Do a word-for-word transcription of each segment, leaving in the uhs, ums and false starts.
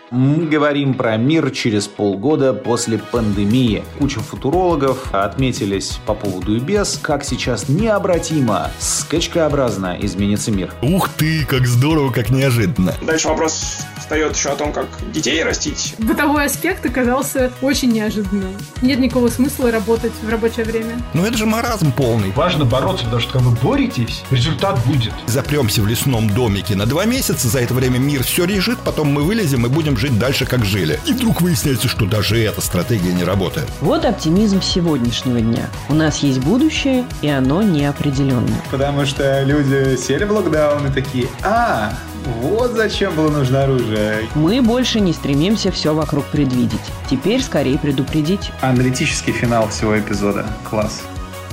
Мы говорим про мир через полгода после пандемии. Куча футурологов отметились по поводу и без, как сейчас необратимо, скачкообразно изменится мир. Ух ты, как здорово, как неожиданно. Дальше вопрос встает еще о том, как детей растить. Бытовой аспект оказался очень неожиданным. Нет никакого смысла работать в рабочее время. Ну это же маразм полный. Важно бороться, потому что когда вы боретесь, результат будет. Запремся в лесном домике на два месяца, за это время мир все лежит, потом мы вылезем и будем жить дальше, как жили. И вдруг выясняется, что даже эта стратегия не работает. Вот оптимизм сегодняшнего дня. У нас есть будущее, и оно неопределенно. Потому что люди сели в локдаун и такие: а, вот зачем было нужно оружие. Мы больше не стремимся все вокруг предвидеть. Теперь скорее предупредить. Аналитический финал всего эпизода. Класс.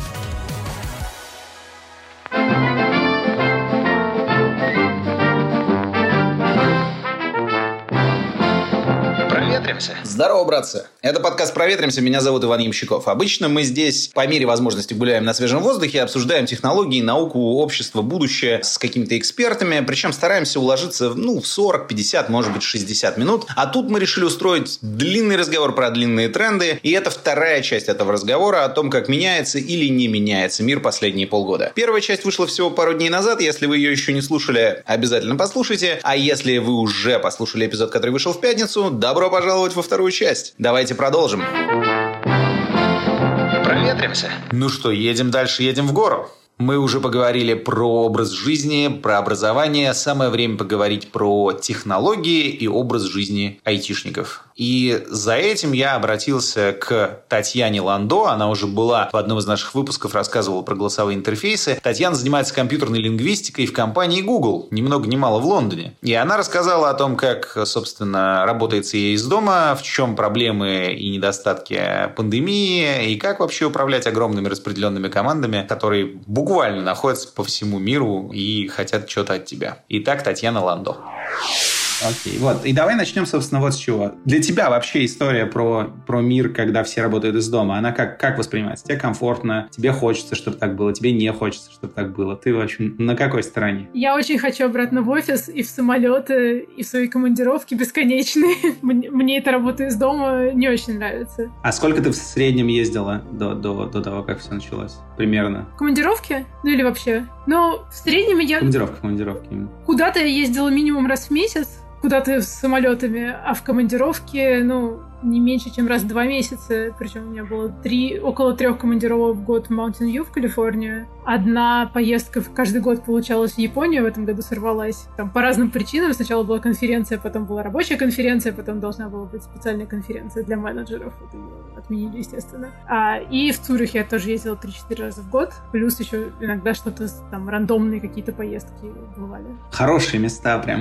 Здорово, братцы! Это подкаст «Проветримся», меня зовут Иван Ямщиков. Обычно мы здесь по мере возможности гуляем на свежем воздухе, обсуждаем технологии, науку, общество, будущее с какими-то экспертами, причем стараемся уложиться ну, в сорок, пятьдесят, может быть, шестьдесят минут. А тут мы решили устроить длинный разговор про длинные тренды, и это вторая часть этого разговора о том, как меняется или не меняется мир последние полгода. Первая часть вышла всего пару дней назад, если вы ее еще не слушали, обязательно послушайте, а если вы уже послушали эпизод, который вышел в пятницу, добро пожаловать во вторую часть. Давайте продолжим. Проветримся. Ну что, едем дальше, едем в гору. Мы уже поговорили про образ жизни, про образование. Самое время поговорить про технологии и образ жизни айтишников. И за этим я обратился к Татьяне Ландо. Она уже была в одном из наших выпусков, рассказывала про голосовые интерфейсы. Татьяна занимается компьютерной лингвистикой в компании Google, ни много ни мало в Лондоне. И она рассказала о том, как, собственно, работается ей из дома, в чем проблемы и недостатки пандемии, и как вообще управлять огромными распределенными командами, которые буквально находятся по всему миру и хотят что-то от тебя. Итак, Татьяна Ландо. Окей, вот. И давай начнем, собственно, вот с чего. Для тебя вообще история про, про мир, когда все работают из дома, она как, как воспринимается? Тебе комфортно? Тебе хочется, чтобы так было? Тебе не хочется, чтобы так было? Ты, в общем, на какой стороне? Я очень хочу обратно в офис и в самолеты, и в свои командировки бесконечные. Мне эта работа из дома не очень нравится. А сколько ты в среднем ездила до, до, до того, как все началось? Примерно. Командировки? Ну или вообще? Ну, в среднем я... Командировка, командировки. Куда-то я ездила минимум раз в месяц. Куда-то с самолетами, а в командировке, ну, не меньше, чем раз в два месяца. Причем у меня было три, около трех командировок в год в Mountain View в Калифорнию. Одна поездка каждый год получалась в Японию, в этом году сорвалась. Там по разным причинам. Сначала была конференция, потом была рабочая конференция, потом должна была быть специальная конференция для менеджеров. Вот ее отменили, естественно. А, и в Цюрих я тоже ездила три-четыре раза в год. Плюс еще иногда что-то, там, рандомные какие-то поездки бывали. Хорошие места прям.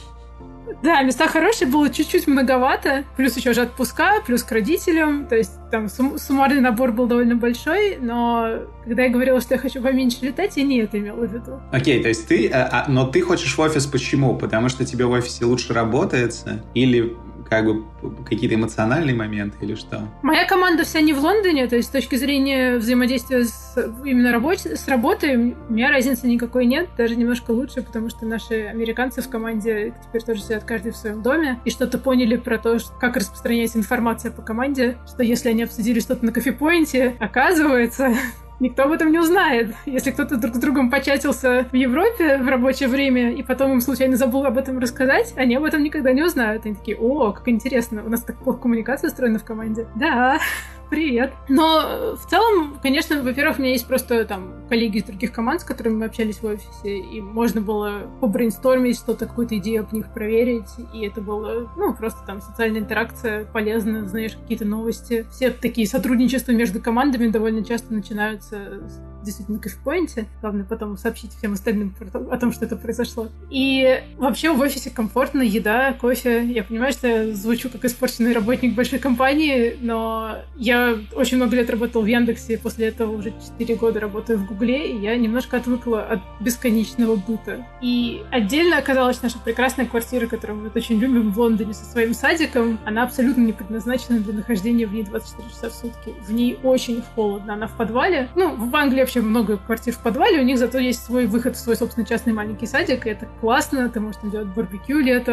Да, места хорошие, было чуть-чуть многовато, плюс еще же отпуска, плюс к родителям, то есть там сум- суммарный набор был довольно большой, но когда я говорила, что я хочу поменьше летать, я не это имела в виду. Окей, то есть ты, а, но ты хочешь в офис почему? Потому что тебе в офисе лучше работается? Или как бы какие-то эмоциональные моменты или что? Моя команда вся не в Лондоне, то есть с точки зрения взаимодействия с именно работ... с работой у меня разницы никакой нет, даже немножко лучше, потому что наши американцы в команде теперь тоже сидят каждый в своем доме и что-то поняли про то, как распространяется информация по команде, что если они обсудили что-то на кофепоинте, оказывается... Никто об этом не узнает. Если кто-то друг с другом початился в Европе в рабочее время, и потом им случайно забыл об этом рассказать, они об этом никогда не узнают. Они такие: о, как интересно, у нас так плохо коммуникация устроена в команде. Да, привет. Но в целом, конечно, во-первых, у меня есть просто там коллеги из других команд, с которыми мы общались в офисе, и можно было побрейнстормить что-то, какую-то идею об них проверить, и это было, ну, просто там социальная интеракция, полезно, знаешь какие-то новости. Все такие сотрудничества между командами довольно часто начинаются действительно в кофепоинте. Главное потом сообщить всем остальным о том, что это произошло. И вообще в офисе комфортно, еда, кофе. Я понимаю, что я звучу как испорченный работник большой компании, но я очень много лет работала в Яндексе, после этого уже четыре года работаю в Гугле, и я немножко отвыкла от бесконечного быта. И отдельно оказалась наша прекрасная квартира, которую мы очень любим в Лондоне со своим садиком. Она абсолютно не предназначена для нахождения в ней двадцать четыре часа в сутки. В ней очень холодно. Она в подвале. Ну, в Англии вообще много квартир в подвале, у них зато есть свой выход в свой собственный частный маленький садик, и это классно, ты можешь там делать барбекю летом,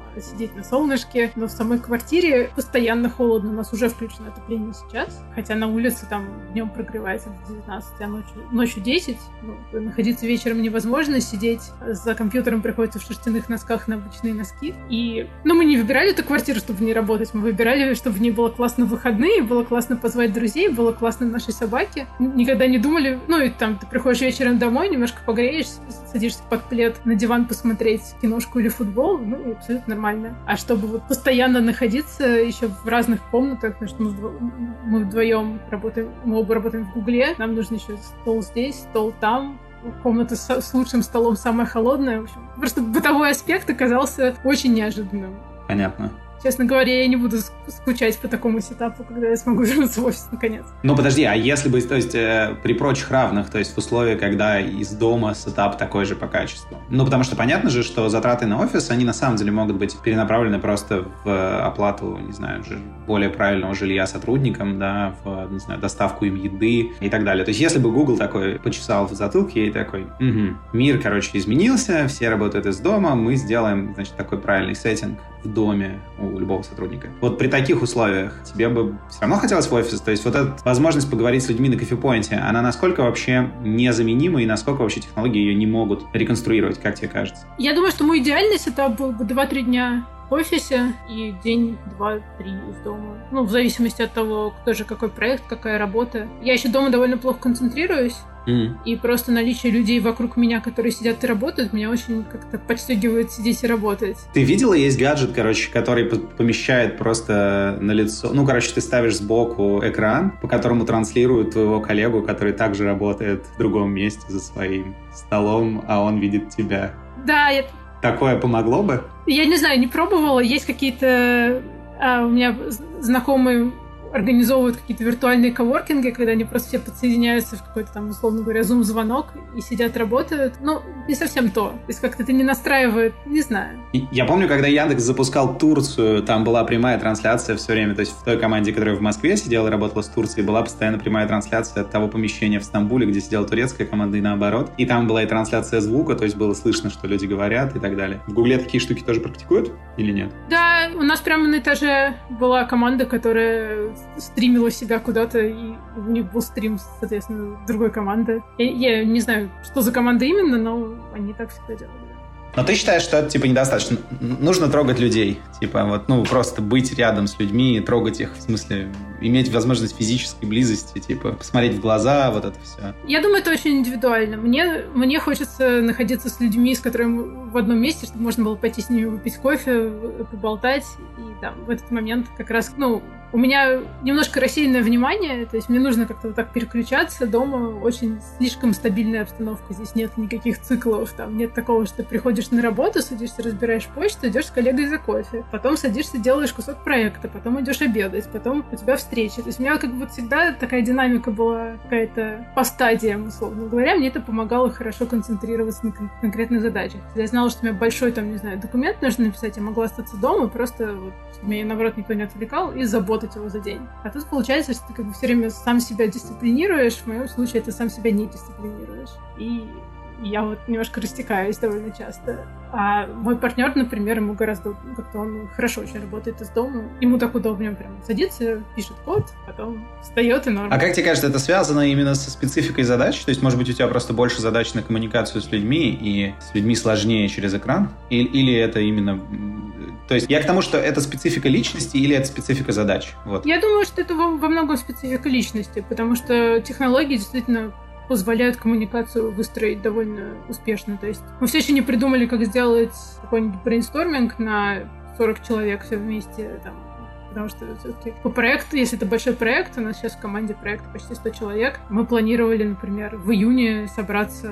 сидеть на солнышке, но в самой квартире постоянно холодно. У нас уже включено отопление сейчас, хотя на улице там днем прогревается до девятнадцати, а ночью, ночью десять. Ну, находиться вечером невозможно, сидеть за компьютером приходится в шерстяных носках на обычные носки. И, ну, мы не выбирали эту квартиру, чтобы в ней работать, мы выбирали, чтобы в ней было классно в выходные, было классно позвать друзей, было классно нашей собаке. Никогда не думали, ну, и там ты приходишь вечером домой, немножко погреешься, садишься под плед на диван посмотреть киношку или футбол, ну, и абсолютно нормально. А чтобы вот постоянно находиться еще в разных комнатах, потому что мы, вдво- мы вдвоем работаем, мы оба работаем в Гугле, нам нужно еще стол здесь, стол там, комната с, с лучшим столом самая холодная. В общем, просто бытовой аспект оказался очень неожиданным. Понятно. Честно говоря, я не буду скучать по такому сетапу, когда я смогу вернуться в офис наконец. Ну, подожди, а если бы, то есть, э, при прочих равных, то есть в условиях, когда из дома сетап такой же по качеству? Ну, потому что понятно же, что затраты на офис, они на самом деле могут быть перенаправлены просто в оплату, не знаю, более правильного жилья сотрудникам, да, в, не знаю, доставку им еды и так далее. То есть если бы Google такой почесал в затылке и такой, угу, мир, короче, изменился, все работают из дома, мы сделаем, значит, такой правильный сеттинг в доме у любого сотрудника. Вот при таких условиях тебе бы все равно хотелось в офис? То есть вот эта возможность поговорить с людьми на кофепоинте, она насколько вообще незаменима и насколько вообще технологии ее не могут реконструировать, как тебе кажется? Я думаю, что мой идеальный сетап был бы два-три дня в офисе и день, два, три из дома. Ну, в зависимости от того, кто же, какой проект, какая работа. Я еще дома довольно плохо концентрируюсь, mm. и просто наличие людей вокруг меня, которые сидят и работают, меня очень как-то подстегивает сидеть и работать. Ты видела, есть гаджет, короче, который помещает просто на лицо... Ну, короче, ты ставишь сбоку экран, по которому транслируют твоего коллегу, который также работает в другом месте за своим столом, а он видит тебя. Да, я... Такое помогло бы? Я не знаю, не пробовала. Есть какие-то... А, у меня знакомые организовывают какие-то виртуальные коворкинги, когда они просто все подсоединяются в какой-то там, условно говоря, зум-звонок и сидят, работают. Ну, не совсем то. То есть как-то это не настраивает, не знаю. Я помню, когда Яндекс запускал Турцию, там была прямая трансляция все время. То есть в той команде, которая в Москве сидела и работала с Турцией, была постоянно прямая трансляция от того помещения в Стамбуле, где сидела турецкая команда, и наоборот. И там была и трансляция звука, то есть было слышно, что люди говорят и так далее. В Гугле такие штуки тоже практикуют или нет? Да, у нас прямо на этаже была команда, которая стримила себя куда-то, и у них был стрим, соответственно, другой команды. Я, я не знаю, что за команда именно, но они так всегда делали. Но ты считаешь, что это, типа, недостаточно? Нужно трогать людей. Типа, вот, ну, просто быть рядом с людьми, трогать их, в смысле, иметь возможность физической близости, типа, посмотреть в глаза, вот это все. Я думаю, это очень индивидуально. Мне, мне хочется находиться с людьми, с которыми в одном месте, чтобы можно было пойти с ними выпить кофе, поболтать, и там, в этот момент как раз, ну, у меня немножко рассеянное внимание, то есть мне нужно как-то вот так переключаться. Дома очень слишком стабильная обстановка, здесь нет никаких циклов, там нет такого, что ты приходишь на работу, садишься, разбираешь почту, идешь с коллегой за кофе, потом садишься, делаешь кусок проекта, потом идешь обедать, потом у тебя встреча. То есть у меня как бы вот всегда такая динамика была какая-то по стадиям, условно говоря, мне это помогало хорошо концентрироваться на кон- конкретных задачах. Если я знала, что у меня большой, там, не знаю, документ нужно написать, я могла остаться дома, просто вот, меня, наоборот, никто не отвлекал, и заботать его за день. А тут получается, что ты как бы все время сам себя дисциплинируешь, в моем случае ты сам себя не дисциплинируешь. И я вот немножко растекаюсь довольно часто. А мой партнер, например, ему гораздо, как-то он хорошо очень работает из дома. Ему так удобнее, он прям садится, пишет код, потом встает и норм. А как тебе кажется, это связано именно со спецификой задач? То есть, может быть, у тебя просто больше задач на коммуникацию с людьми, и с людьми сложнее через экран? Или, или это именно... То есть я к тому, что это специфика личности или это специфика задач? Вот. Я думаю, что это во, во многом специфика личности, потому что технологии действительно позволяют коммуникацию выстроить довольно успешно. То есть мы все еще не придумали, как сделать какой-нибудь брейнсторминг на сорок человек все вместе, там, потому что все-таки по проекту, если это большой проект, у нас сейчас в команде проекта почти сто человек, мы планировали, например, в июне собраться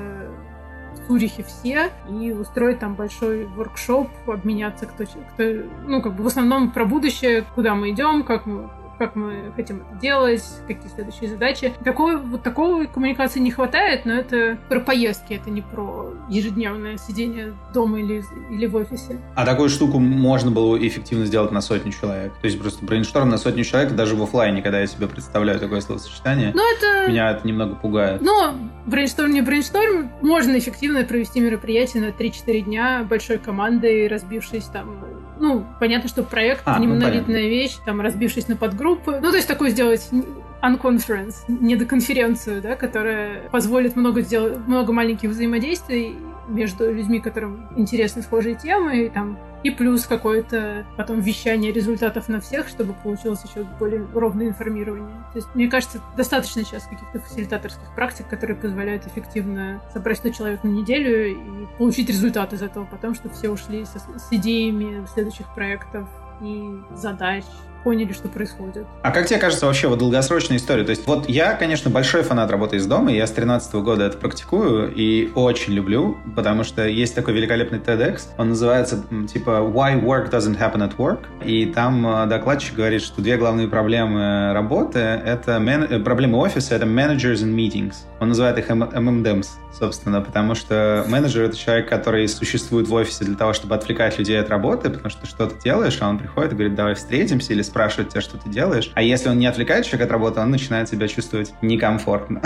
в Цюрихе все и устроить там большой воркшоп, обменяться, кто, кто, ну, как бы в основном про будущее, куда мы идем, как мы как мы хотим это делать, какие следующие задачи. Такого, вот такого коммуникации не хватает, но это про поездки, это не про ежедневное сидение дома или, или в офисе. А такую штуку можно было эффективно сделать на сотню человек? То есть просто брейншторм на сотню человек даже в офлайне, когда я себе представляю такое словосочетание, но это... меня это немного пугает. Но брейншторм не брейншторм, можно эффективно провести мероприятие на три-четыре дня большой командой, разбившись там ну, понятно, что проект а, не монолитная ну, вещь, там, разбившись на подгруппы. Ну, то есть такой сделать unconference, недоконференцию, да, которая позволит много, сделать, много маленьких взаимодействий между людьми, которым интересны схожие темы, и, там, и плюс какое-то потом вещание результатов на всех, чтобы получилось еще более ровное информирование. То есть, мне кажется, достаточно сейчас каких-то фасилитаторских практик, которые позволяют эффективно собрать сто человек на неделю и получить результат из этого потом, чтобы все ушли со, с идеями следующих проектов и задач, поняли, что происходит. А как тебе кажется вообще вот долгосрочная история? То есть вот я, конечно, большой фанат работы из дома, я с тринадцатого года это практикую и очень люблю, потому что есть такой великолепный TEDx, он называется типа «Why work doesn't happen at work», и там докладчик говорит, что две главные проблемы работы, это мен... проблемы офиса, это managers and meetings. Он называет их эм эм ди эмс, собственно, потому что менеджер — это человек, который существует в офисе для того, чтобы отвлекать людей от работы, потому что ты что-то делаешь, а он приходит и говорит: давай встретимся, или спрашивает тебя, что ты делаешь. А если он не отвлекает человека от работы, он начинает себя чувствовать некомфортно.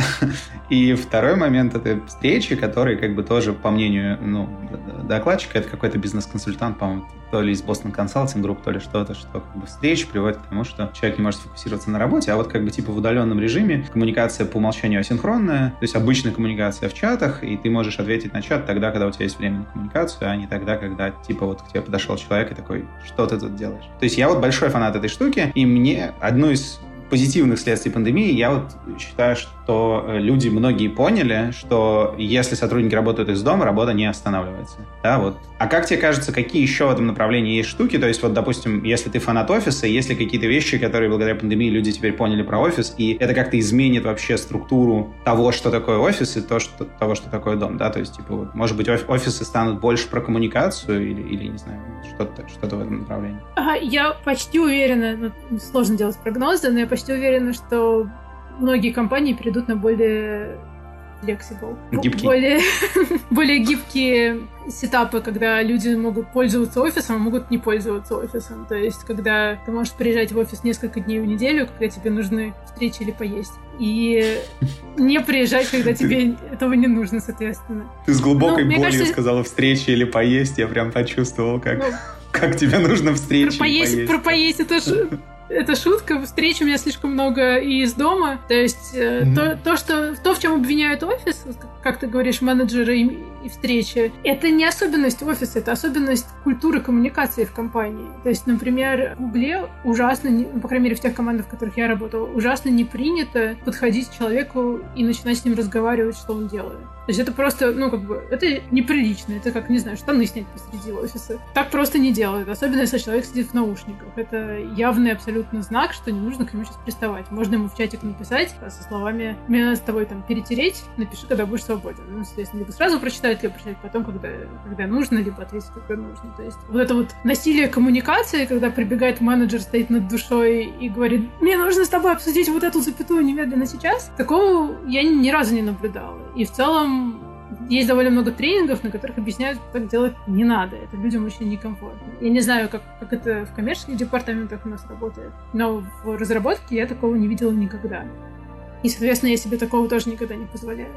И второй момент — это встречи, которые как бы тоже, по мнению ну, докладчика, это какой-то бизнес-консультант, по-моему, то ли из Boston Consulting Group, то ли что-то, что как бы встречи приводит к тому, что человек не может сфокусироваться на работе, а вот как бы типа в удаленном режиме коммуникация по умолчанию асинхронная, то есть обычная коммуникация в чатах, и ты можешь ответить на чат тогда, когда у тебя есть время на коммуникацию, а не тогда, когда типа вот к тебе подошел человек и такой: что ты тут делаешь? То есть я вот большой фанат этой штуки, и мне одну из позитивных следствий пандемии, я вот считаю, что люди многие поняли, что если сотрудники работают из дома, работа не останавливается. Да, вот. А как тебе кажется, какие еще в этом направлении есть штуки? То есть вот, допустим, если ты фанат офиса, есть ли какие-то вещи, которые благодаря пандемии люди теперь поняли про офис, и это как-то изменит вообще структуру того, что такое офис, и то, что, того, что такое дом, да? То есть, типа, вот, может быть, офисы станут больше про коммуникацию или, или не знаю, что-то, что-то в этом направлении? Ага, я почти уверена, ну, сложно делать прогнозы, но я почти уверена, что многие компании перейдут на более flexible, гибкие. более, более гибкие сетапы, когда люди могут пользоваться офисом, а могут не пользоваться офисом. То есть, когда ты можешь приезжать в офис несколько дней в неделю, когда тебе нужны встречи или поесть. И не приезжать, когда тебе этого не нужно, соответственно. Ты с глубокой ну, болью кажется... сказала «встречи или поесть», я прям почувствовал, как, ну, как тебе нужно встречи про поесть, поесть. Про поесть это же... Это шутка, встреч у меня слишком много и из дома. То есть mm-hmm. то, то, что, то, в чем обвиняют офис, как ты говоришь, менеджеры и, и встречи, это не особенность офиса, это особенность культуры коммуникации в компании. То есть, например, в Гугле ужасно, не, по крайней мере, в тех командах, в которых я работала, ужасно не принято подходить к человеку и начинать с ним разговаривать, что он делает. То есть это просто, ну, как бы, это неприлично. Это как, не знаю, штаны снять посреди офиса. Так просто не делают. Особенно, если человек сидит в наушниках. Это явный абсолютно знак, что не нужно к нему сейчас приставать. Можно ему в чатик написать со словами: мне надо с тобой там перетереть, напиши, когда будешь свободен. Ну, соответственно, либо сразу прочитать, либо прочитать потом, когда, когда нужно, либо ответить, когда нужно. То есть вот это вот насилие коммуникации, когда прибегает менеджер, стоит над душой и говорит: мне нужно с тобой обсудить вот эту запятую немедленно сейчас, такого я ни разу не наблюдала. И в целом есть довольно много тренингов, на которых объясняют, что так делать не надо. Это людям очень некомфортно. Я не знаю, как, как это в коммерческих департаментах у нас работает, но в разработке я такого не видела никогда. И, соответственно, я себе такого тоже никогда не позволяю.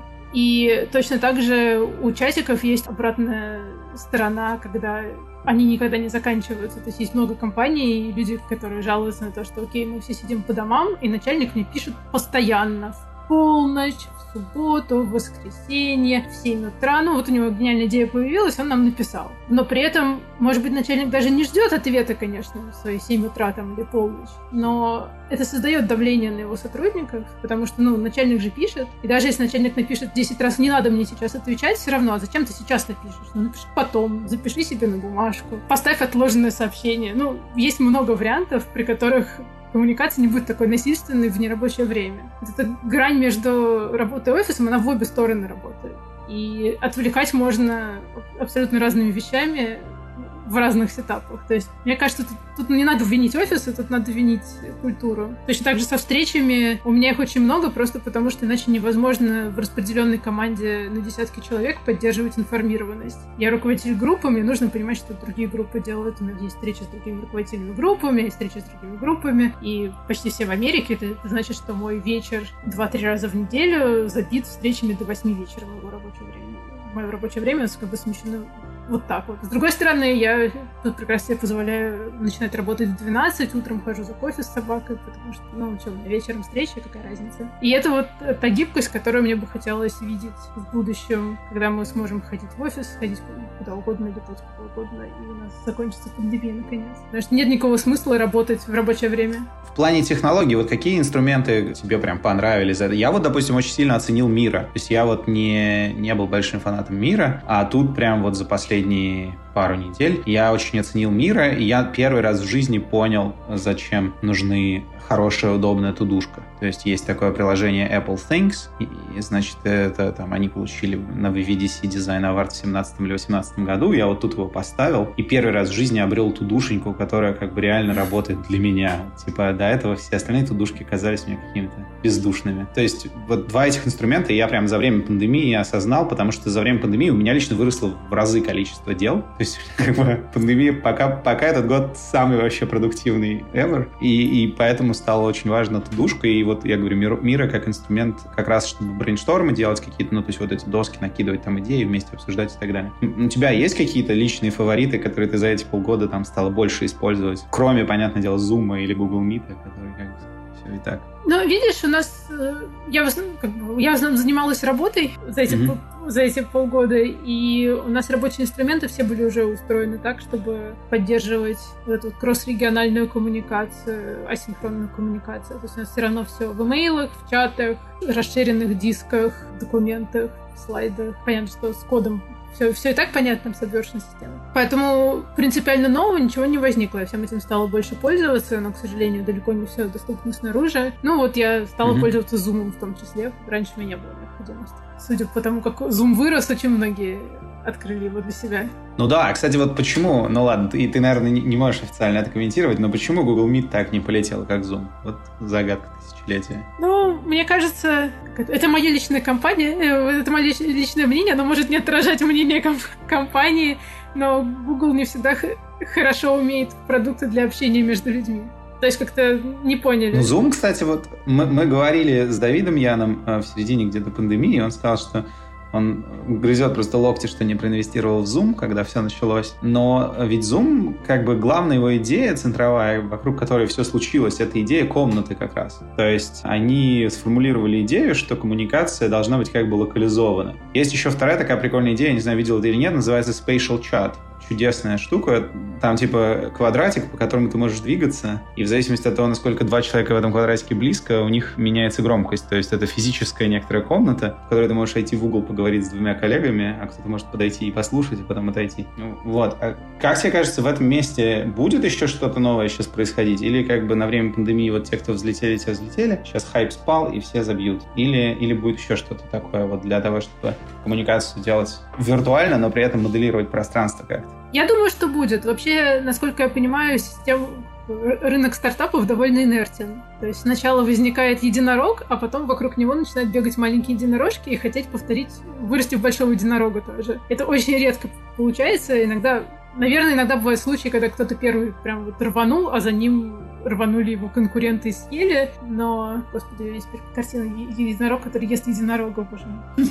И точно так же у чатиков есть обратная сторона, когда они никогда не заканчиваются. То есть есть много компаний, и люди, которые жалуются на то, что окей, мы все сидим по домам, и начальник мне пишет постоянно, в полночь, в субботу, в воскресенье, в семь утра. Ну, вот у него гениальная идея появилась, он нам написал. Но при этом, может быть, начальник даже не ждет ответа, конечно, в свои семь утра там, или полночь. Но это создает давление на его сотрудников, потому что, ну, начальник же пишет. И даже если начальник напишет десять раз: не надо мне сейчас отвечать, все равно, а зачем ты сейчас напишешь? Ну, напиши потом, запиши себе на бумажку, поставь отложенное сообщение. Ну, есть много вариантов, при которых коммуникация не будет такой насильственной в нерабочее время. Вот эта грань между работой и офисом, она в обе стороны работает. И отвлекать можно абсолютно разными вещами в разных сетапах. То есть, мне кажется, тут, тут не надо винить офисы, тут надо винить культуру. Точно так же со встречами. У меня их очень много, просто потому что иначе невозможно в распределенной команде на десятки человек поддерживать информированность. Я руководитель группы, мне нужно понимать, что другие группы делают. У меня есть встречи с другими руководителями группами, есть встречи с другими группами. И почти все в Америке. Это, это значит, что мой вечер два-три раза в неделю забит встречами до восьми вечера в моего рабочего времени. Мое рабочее время как бы смещено вот так вот. С другой стороны, я тут прекрасно себе позволяю начинать работать в двенадцать, утром хожу за кофе с собакой, потому что, ну, что, у меня вечером встреча, какая разница. И это вот та гибкость, которую мне бы хотелось видеть в будущем, когда мы сможем ходить в офис, ходить куда угодно, летать куда угодно, и у нас закончится пандемия наконец. Потому что нет никакого смысла работать в рабочее время. В плане технологий, вот какие инструменты тебе прям понравились? Я вот, допустим, очень сильно оценил Мира. То есть я вот не, не был большим фанатом Мира, а тут прям вот за последние пару недель я очень оценил Мира, и я первый раз в жизни понял, зачем нужны хорошая, удобная тудушка. То есть есть такое приложение Apple Things, и, и значит, это там они получили на ви ви ди си Design Award в семнадцатом или восемнадцатом году, я вот тут его поставил, и первый раз в жизни обрел тудушеньку, которая как бы реально работает для меня. Типа до этого все остальные тудушки казались мне какими-то бездушными. То есть вот два этих инструмента я прям за время пандемии осознал, потому что за время пандемии у меня лично выросло в разы количество дел. То есть как бы пандемия пока, пока этот год самый вообще продуктивный ever, и, и поэтому стало очень важно тудушка, и вот я говорю, Мира, Мира как инструмент как раз, чтобы брейнштормы делать какие-то, ну, то есть вот эти доски накидывать, там идеи вместе обсуждать и так далее. У тебя есть какие-то личные фавориты, которые ты за эти полгода там стала больше использовать, кроме, понятное дело, Zoom или Google Meet, которые как бы все и так? Ну, видишь, у нас... Я в основном, как бы, я в основном занималась работой за эти, mm-hmm. по, за эти полгода, и у нас рабочие инструменты все были уже устроены так, чтобы поддерживать вот эту кросс-региональную коммуникацию, асинхронную коммуникацию. То есть у нас все равно все в имейлах, в чатах, расширенных дисках, документах, слайдах. Понятно, что с кодом Все, все и так понятно с обвершенной системой. Поэтому принципиально нового ничего не возникло. Я всем этим стала больше пользоваться, но, к сожалению, далеко не все доступно снаружи. Ну вот я стала mm-hmm. пользоваться Zoom в том числе. Раньше у меня не было необходимости. Судя по тому, как Zoom вырос, очень многие открыли его для себя. Ну да, кстати, вот почему, ну ладно, ты, ты наверное, не, не можешь официально это комментировать, но почему Google Meet так не полетел, как Zoom? Вот загадка тысячелетия. Ну, мне кажется, это моя личная компания, это мое личное мнение, оно может не отражать мнение комп- компании, но Google не всегда х- хорошо умеет продукты для общения между людьми. То есть как-то не поняли. Ну, Zoom, кстати, вот мы, мы говорили с Давидом Яном в середине где-то пандемии, он сказал, что он грызет просто локти, что не проинвестировал в Zoom, когда все началось. Но ведь Zoom, как бы главная его идея центровая, вокруг которой все случилось, это идея комнаты как раз. То есть они сформулировали идею, что коммуникация должна быть как бы локализована. Есть еще вторая такая прикольная идея, не знаю, видел ты или нет, называется Spatial Chat. Чудесная штука. Там типа квадратик, по которому ты можешь двигаться, и в зависимости от того, насколько два человека в этом квадратике близко, у них меняется громкость. То есть это физическая некоторая комната, в которой ты можешь идти в угол поговорить с двумя коллегами, а кто-то может подойти и послушать, и потом отойти. Ну, вот. А как тебе кажется, в этом месте будет еще что-то новое сейчас происходить? Или как бы на время пандемии вот те, кто взлетели, те взлетели, сейчас хайп спал, и все забьют? Или, или будет еще что-то такое вот для того, чтобы коммуникацию делать виртуально, но при этом моделировать пространство как-то? Я думаю, что будет. Вообще, насколько я понимаю, система... рынок стартапов довольно инертен. То есть сначала возникает единорог, а потом вокруг него начинают бегать маленькие единорожки и хотеть повторить, вырасти в большого единорога тоже. Это очень редко получается. Иногда, наверное, иногда бывают случаи, когда кто-то первый прям вот рванул, а за ним рванули его конкуренты и съели. Но, господи, у меня теперь картина единорог, который ест единорога, боже мой.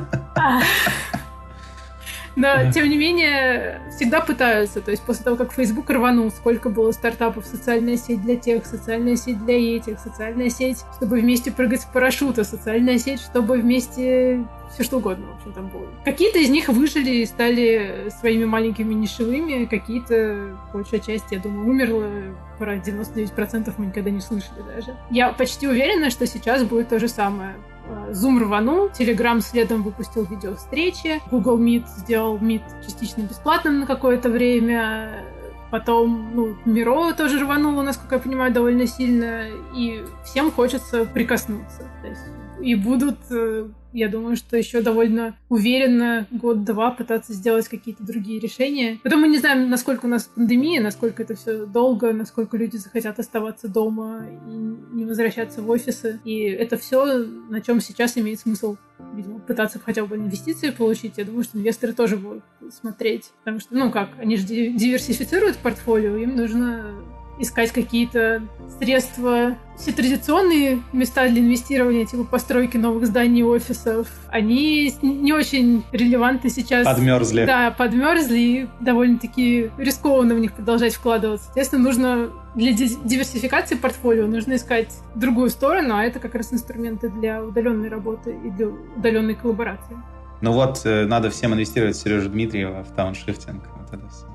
Но, тем не менее, всегда пытаются. То есть после того, как Facebook рванул, сколько было стартапов, социальная сеть для тех, социальная сеть для этих, социальная сеть, чтобы вместе прыгать с парашюта, социальная сеть, чтобы вместе все что угодно, в общем, там было. Какие-то из них выжили и стали своими маленькими нишевыми, какие-то, большая часть, я думаю, умерла. Про девяносто девять процентов мы никогда не слышали даже. Я почти уверена, что сейчас будет то же самое. Zoom рванул, Telegram следом выпустил видеовстречи, Google Meet сделал Meet частично бесплатным на какое-то время, потом, ну, Miro тоже рвануло, насколько я понимаю, довольно сильно, и всем хочется прикоснуться. То есть, и будут, я думаю, что еще довольно уверенно год-два пытаться сделать какие-то другие решения. Потом мы не знаем, насколько у нас пандемия, насколько это все долго, насколько люди захотят оставаться дома и не возвращаться в офисы. И это все, на чем сейчас имеет смысл, видимо, пытаться хотя бы инвестиции получить. Я думаю, что инвесторы тоже будут смотреть. Потому что, ну как, они же диверсифицируют портфолио, им нужно искать какие-то средства. Все традиционные места для инвестирования, типа постройки новых зданий, офисов, они не очень релевантны сейчас. Подмерзли. Да, подмерзли, и довольно-таки рискованно в них продолжать вкладываться. Соответственно, нужно для диверсификации портфолио нужно искать другую сторону, а это как раз инструменты для удаленной работы и для удаленной коллаборации. Ну вот, надо всем инвестировать в Сережу Дмитриева, в тауншифтинг. Вот это все.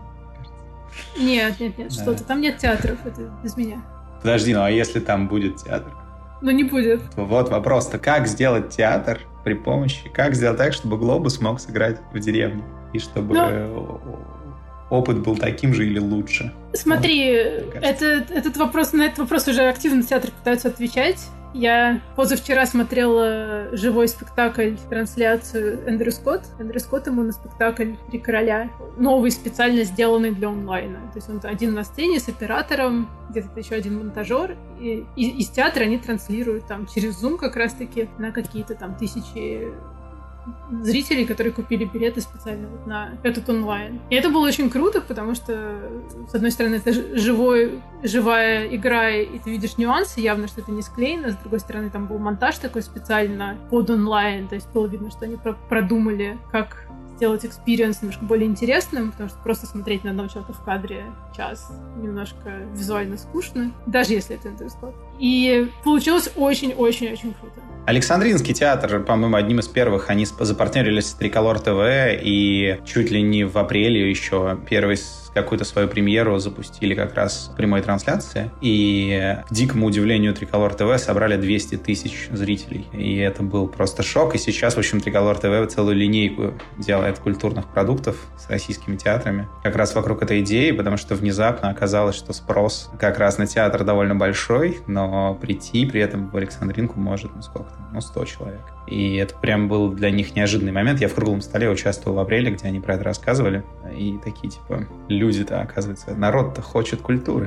Нет, нет, нет, да. Что-то. Там нет театров, это без меня. Подожди, ну а если там будет театр? Ну не будет. Вот вопрос-то, как сделать театр при помощи, как сделать так, чтобы Глобус мог сыграть в деревне, и чтобы Но... опыт был таким же или лучше? Смотри, это, этот вопрос, на этот вопрос уже активно театры пытаются отвечать. Я позавчера смотрела живой спектакль, трансляцию Эндрю Скотт. Эндрю Скотт ему на спектакль «Три короля». Новый, специально сделанный для онлайна. То есть он один на сцене с оператором, где-то еще один монтажер. И, и из театра они транслируют там через Zoom как раз-таки на какие-то там тысячи зрителей, которые купили билеты специально вот на этот онлайн. И это было очень круто, потому что, с одной стороны, это живой, живая игра, и ты видишь нюансы, явно, что это не склеено. С другой стороны, там был монтаж такой специально под онлайн, то есть было видно, что они продумали, как сделать экспириенс немножко более интересным, потому что просто смотреть на одного человека в кадре час немножко визуально скучно, даже если это интерскот. И получилось очень-очень-очень круто. Александринский театр, по-моему, одним из первых, они запартнерились с Триколор ТВ, и чуть ли не в апреле еще первый какую-то свою премьеру запустили как раз в прямой трансляции. И, к дикому удивлению, Триколор ТВ собрали двести тысяч зрителей. И это был просто шок. И сейчас, в общем, Триколор ТВ целую линейку делает культурных продуктов с российскими театрами. Как раз вокруг этой идеи, потому что внезапно оказалось, что спрос как раз на театр довольно большой, но прийти при этом в Александринку может, ну сколько там, ну сто человек. И это прям был для них неожиданный момент. Я в круглом столе участвовал в апреле, где они про это рассказывали. И такие, типа, люди-то, оказывается, народ-то хочет культуры.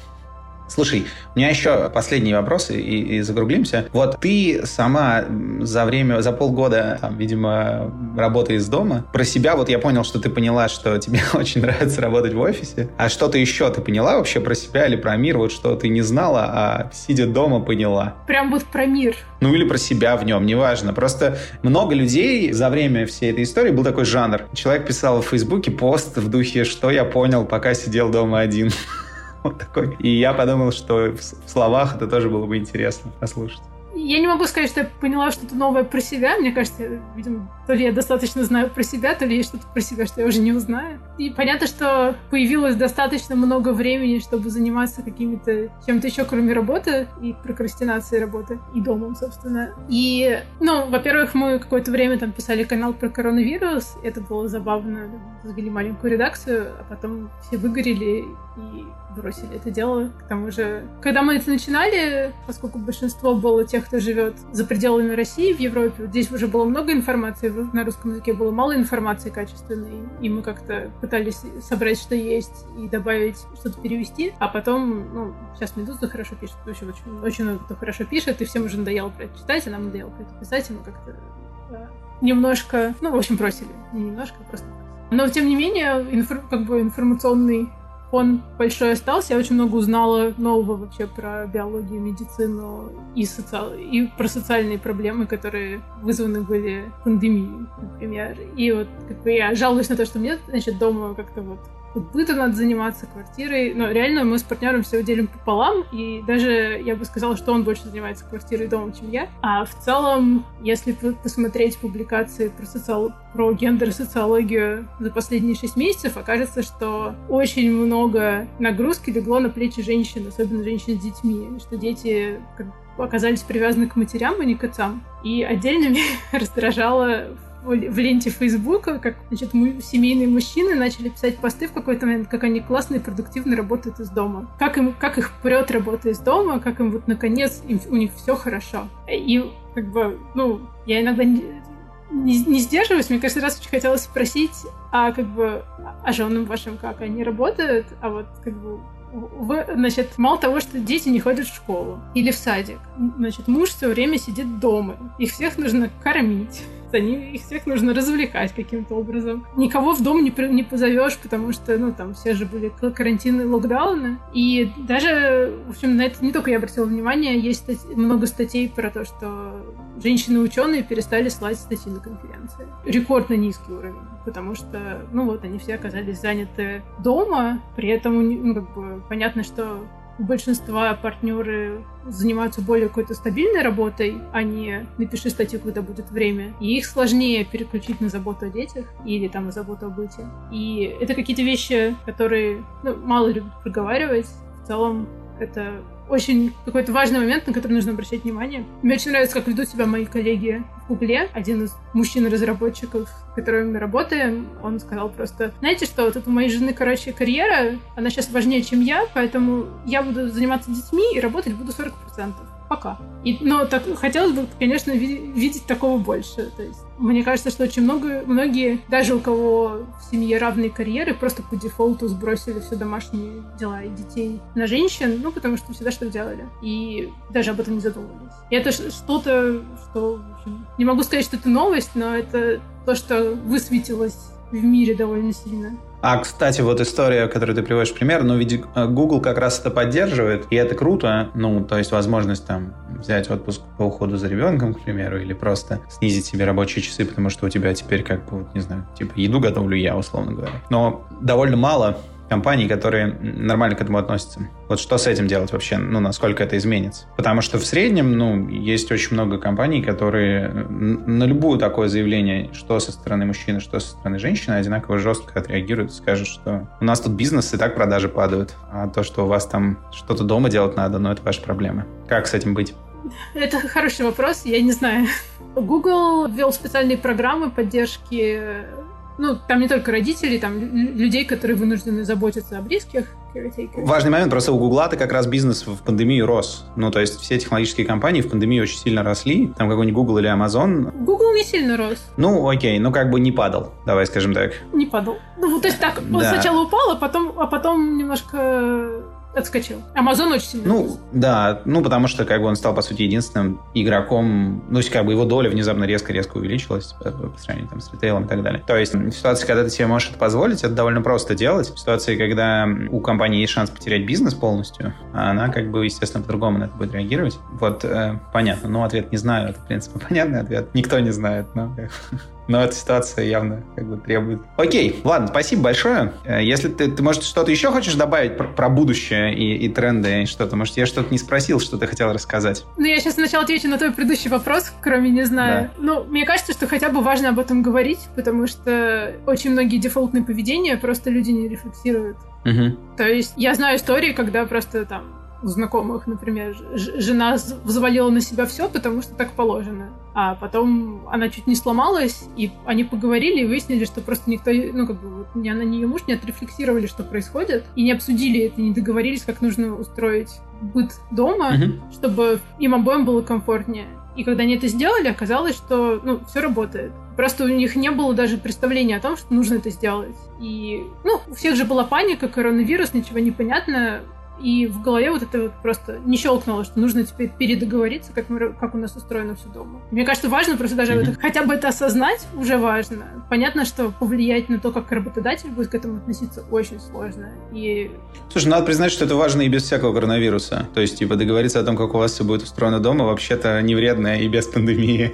Слушай, у меня еще последние вопросы, и, и закруглимся. Вот ты сама за время, за полгода, там, видимо, работая из дома, про себя, вот я понял, что ты поняла, что тебе очень нравится работать в офисе. А что-то еще ты поняла вообще про себя или про мир? Вот что ты не знала, а сидя дома поняла? Прям вот про мир. Ну или про себя в нем, неважно. Просто много людей за время всей этой истории был такой жанр. Человек писал в Фейсбуке пост в духе «Что я понял, пока сидел дома один». Вот такой. И я подумал, что в словах это тоже было бы интересно послушать. Я не могу сказать, что я поняла что-то новое про себя. Мне кажется, видимо, то ли я достаточно знаю про себя, то ли есть что-то про себя, что я уже не узнаю. И понятно, что появилось достаточно много времени, чтобы заниматься какими-то чем-то еще, кроме работы и прокрастинацией работы, и домом, собственно. И, ну, во-первых, мы какое-то время там писали канал про коронавирус. Это было забавно. Завели маленькую редакцию, а потом все выгорели и бросили это дело. К тому же, когда мы это начинали, поскольку большинство было тех, кто живет за пределами России, в Европе, здесь уже было много информации, на русском языке было мало информации качественной, и мы как-то пытались собрать, что есть, и добавить, что-то перевести, а потом, ну, сейчас Медуза хорошо пишет, очень, очень, очень много кто хорошо пишет, и всем уже надоело про это читать, и нам надоело про это писать, и мы как-то да, немножко, ну, в общем, бросили. Не немножко, а просто. Но, тем не менее, инфор- как бы информационный фон большой остался. Я очень много узнала нового вообще про биологию, медицину и, соци... и про социальные проблемы, которые вызваны были пандемией, например. И вот как бы я жалуюсь на то, что мне, значит, дома как-то вот тут бытом надо заниматься, квартирой. Но реально мы с партнером все делим пополам, и даже я бы сказала, что он больше занимается квартирой и домом, чем я. А в целом, если посмотреть публикации про, социал... про гендер и социологию за последние шесть месяцев, окажется, что очень много нагрузки легло на плечи женщин, особенно женщин с детьми, что дети оказались привязаны к матерям, а не к отцам. И отдельно меня раздражало в ленте Фейсбука, как, значит, семейные мужчины начали писать посты в какой-то момент, как они классно и продуктивно работают из дома. Как, им, как их прет работа из дома, как им вот наконец им, у них все хорошо. И как бы, ну, я иногда не, не, не сдерживаюсь, мне каждый раз очень хотелось спросить, а как бы, а женам вашим как, они работают? А вот как бы Вы, значит, мало того, что дети не ходят в школу или в садик, значит, муж все время сидит дома. Их всех нужно кормить, Они, их всех нужно развлекать каким-то образом. Никого в дом не, не позовешь, потому что, ну, там все же были карантины, локдауны. И даже, в общем, на это не только я обратила внимание, есть стать- много статей про то, что женщины-ученые перестали слать статьи на конференции. Рекордно низкий уровень, потому что, ну вот, они все оказались заняты дома, при этом, ну, как бы, понятно, что у большинства партнеры занимаются более какой-то стабильной работой, а не напиши статью, когда будет время. И их сложнее переключить на заботу о детях или там на заботу о быте. И это какие-то вещи, которые, ну, мало любят проговаривать. В целом это очень какой-то важный момент, на который нужно обращать внимание. Мне очень нравится, как ведут себя мои коллеги в Гугле. Один из мужчин-разработчиков, с которыми мы работаем, он сказал просто: знаете что, вот это у моей жены, короче, карьера, она сейчас важнее, чем я, поэтому я буду заниматься детьми и работать буду сорок процентов. Пока. И, но так, хотелось бы, конечно, ви- видеть такого больше. То есть, мне кажется, что очень много, многие, даже у кого в семье равные карьеры, просто по дефолту сбросили все домашние дела и детей на женщин, ну, потому что всегда что-то делали. И даже об этом не задумывались. И это что-то, что, в общем, не могу сказать, что это новость, но это то, что высветилось в мире довольно сильно. А, кстати, вот история, которую ты приводишь в пример, ну, ведь Google как раз это поддерживает, и это круто. Ну, то есть возможность там взять отпуск по уходу за ребенком, к примеру, или просто снизить себе рабочие часы, потому что у тебя теперь как бы, вот, не знаю, типа еду готовлю я, условно говоря. Но довольно мало компаний, которые нормально к этому относятся. Вот что с этим делать вообще? Ну, насколько это изменится? Потому что в среднем, ну, есть очень много компаний, которые на любое такое заявление, что со стороны мужчины, что со стороны женщины, одинаково жестко отреагируют и скажут, что у нас тут бизнес, и так продажи падают, а то, что у вас там что-то дома делать надо, ну, это ваши проблемы. Как с этим быть? Это хороший вопрос, я не знаю. Google ввел специальные программы поддержки. Ну, там не только родителей, там людей, которые вынуждены заботиться о близких. Важный момент, просто у Гугла-то как раз бизнес в пандемию рос. Ну, то есть все технологические компании в пандемию очень сильно росли. Там какой-нибудь Google или Amazon. Google не сильно рос. Ну, окей, ну как бы не падал, давай скажем так. Не падал. Ну, то есть так, он да. сначала упал, а потом, а потом немножко отскочил. Amazon очень сильно Ну, рос. да, ну, потому что как бы он стал, по сути, единственным игроком, ну, как бы его доля внезапно резко-резко увеличилась по, по сравнению там, с ритейлом и так далее. То есть в ситуации, когда ты себе можешь это позволить, это довольно просто делать. В ситуации, когда у компании есть шанс потерять бизнес полностью, она как бы, естественно, по-другому на это будет реагировать. Вот, э, понятно, но ответ не знаю, это, в принципе, понятный ответ. Никто не знает, но... Но эта ситуация явно как бы требует. Окей, ладно, спасибо большое. Если ты, ты может, что-то еще хочешь добавить про, про будущее и, и тренды, и что-то? Может, я что-то не спросил, что ты хотел рассказать? Ну, я сейчас сначала отвечу на твой предыдущий вопрос, кроме не знаю. Да. Ну, мне кажется, что хотя бы важно об этом говорить, потому что очень многие дефолтные поведения просто люди не рефлексируют. Угу. То есть я знаю истории, когда просто там у знакомых, например, ж- жена взвалила на себя все, потому что так положено. А потом она чуть не сломалась, и они поговорили и выяснили, что просто никто, ну, как бы, вот, ни она, ни ее муж не отрефлексировали, что происходит, и не обсудили это, не договорились, как нужно устроить быт дома, mm-hmm. чтобы им обоим было комфортнее. И когда они это сделали, оказалось, что, ну, все работает. Просто у них не было даже представления о том, что нужно это сделать. И, ну, у всех же была паника, коронавирус, ничего не понятно. И в голове вот это вот просто не щелкнуло, что нужно теперь передоговориться, как, мы, как у нас устроено все дома. Мне кажется, важно просто даже mm-hmm. это, хотя бы это осознать уже важно. Понятно, что повлиять на то, как работодатель будет к этому относиться, очень сложно. И... Слушай, надо признать, что это важно и без всякого коронавируса. То есть, типа, договориться о том, как у вас все будет устроено дома, вообще-то не вредно и без пандемии.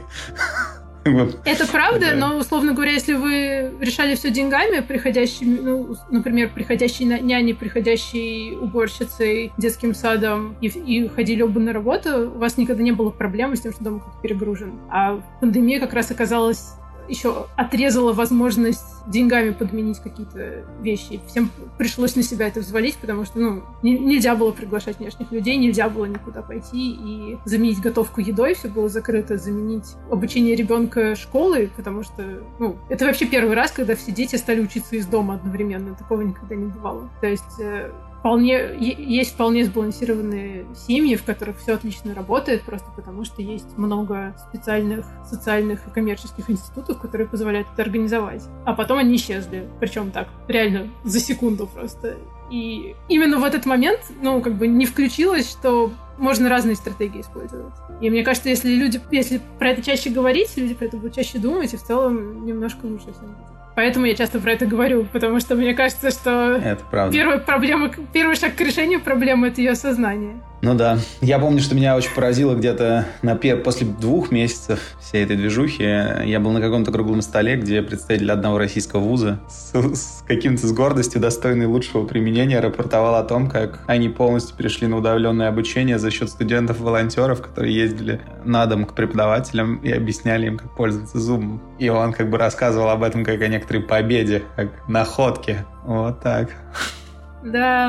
Это правда, но, условно говоря, если вы решали все деньгами, приходящими, ну, например, приходящей няней, приходящей уборщицей, детским садом, и, и ходили оба на работу, у вас никогда не было проблем с тем, что дом как-то перегружен. А пандемия как раз оказалась еще отрезала возможность деньгами подменить какие-то вещи. Всем пришлось на себя это взвалить, потому что, ну, не, нельзя было приглашать внешних людей, нельзя было никуда пойти и заменить готовку едой, все было закрыто, заменить обучение ребенка школой, потому что, ну, это вообще первый раз, когда все дети стали учиться из дома одновременно. Такого никогда не бывало. То есть вполне, есть вполне сбалансированные семьи, в которых все отлично работает, просто потому что есть много специальных социальных и коммерческих институтов, которые позволяют это организовать. А потом они исчезли. Причем так, реально, за секунду просто. И именно в этот момент, ну, как бы не включилось, что можно разные стратегии использовать. И мне кажется, если люди, если про это чаще говорить, люди про это будут чаще думать, и в целом немножко лучше всем будет. Поэтому я часто про это говорю, потому что мне кажется, что это правда. Первая проблема, первый шаг к решению проблемы — это ее осознание. Ну да. Я помню, что меня очень поразило где-то на пер... после двух месяцев всей этой движухи. Я был на каком-то круглом столе, где представитель одного российского вуза с, с каким-то с гордостью, достойной лучшего применения, рапортовал о том, как они полностью перешли на удаленное обучение за счет студентов-волонтеров, которые ездили на дом к преподавателям и объясняли им, как пользоваться Zoom. И он как бы рассказывал об этом как о некоторой победе, как находке. Вот так. Да...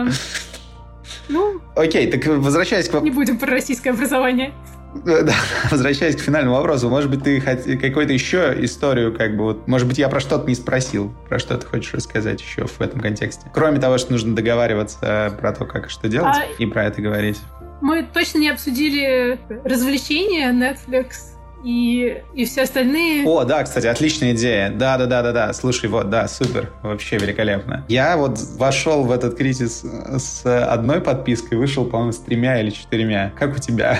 Ну, окей, так возвращаясь к... Не будем про российское образование. Да, возвращаясь к финальному вопросу, может быть, ты хоть какую-то еще историю, как бы, вот, может быть, я про что-то не спросил, про что ты хочешь рассказать еще в этом контексте? Кроме того, что нужно договариваться про то, как и что делать, а... и про это говорить. Мы точно не обсудили развлечения, Netflix и, и все остальные. О, да, кстати, отличная идея. Да-да-да-да-да. Слушай, вот, да, супер. Вообще великолепно. Я вот вошел в этот кризис с одной подпиской, вышел, по-моему, с тремя или четырьмя. Как у тебя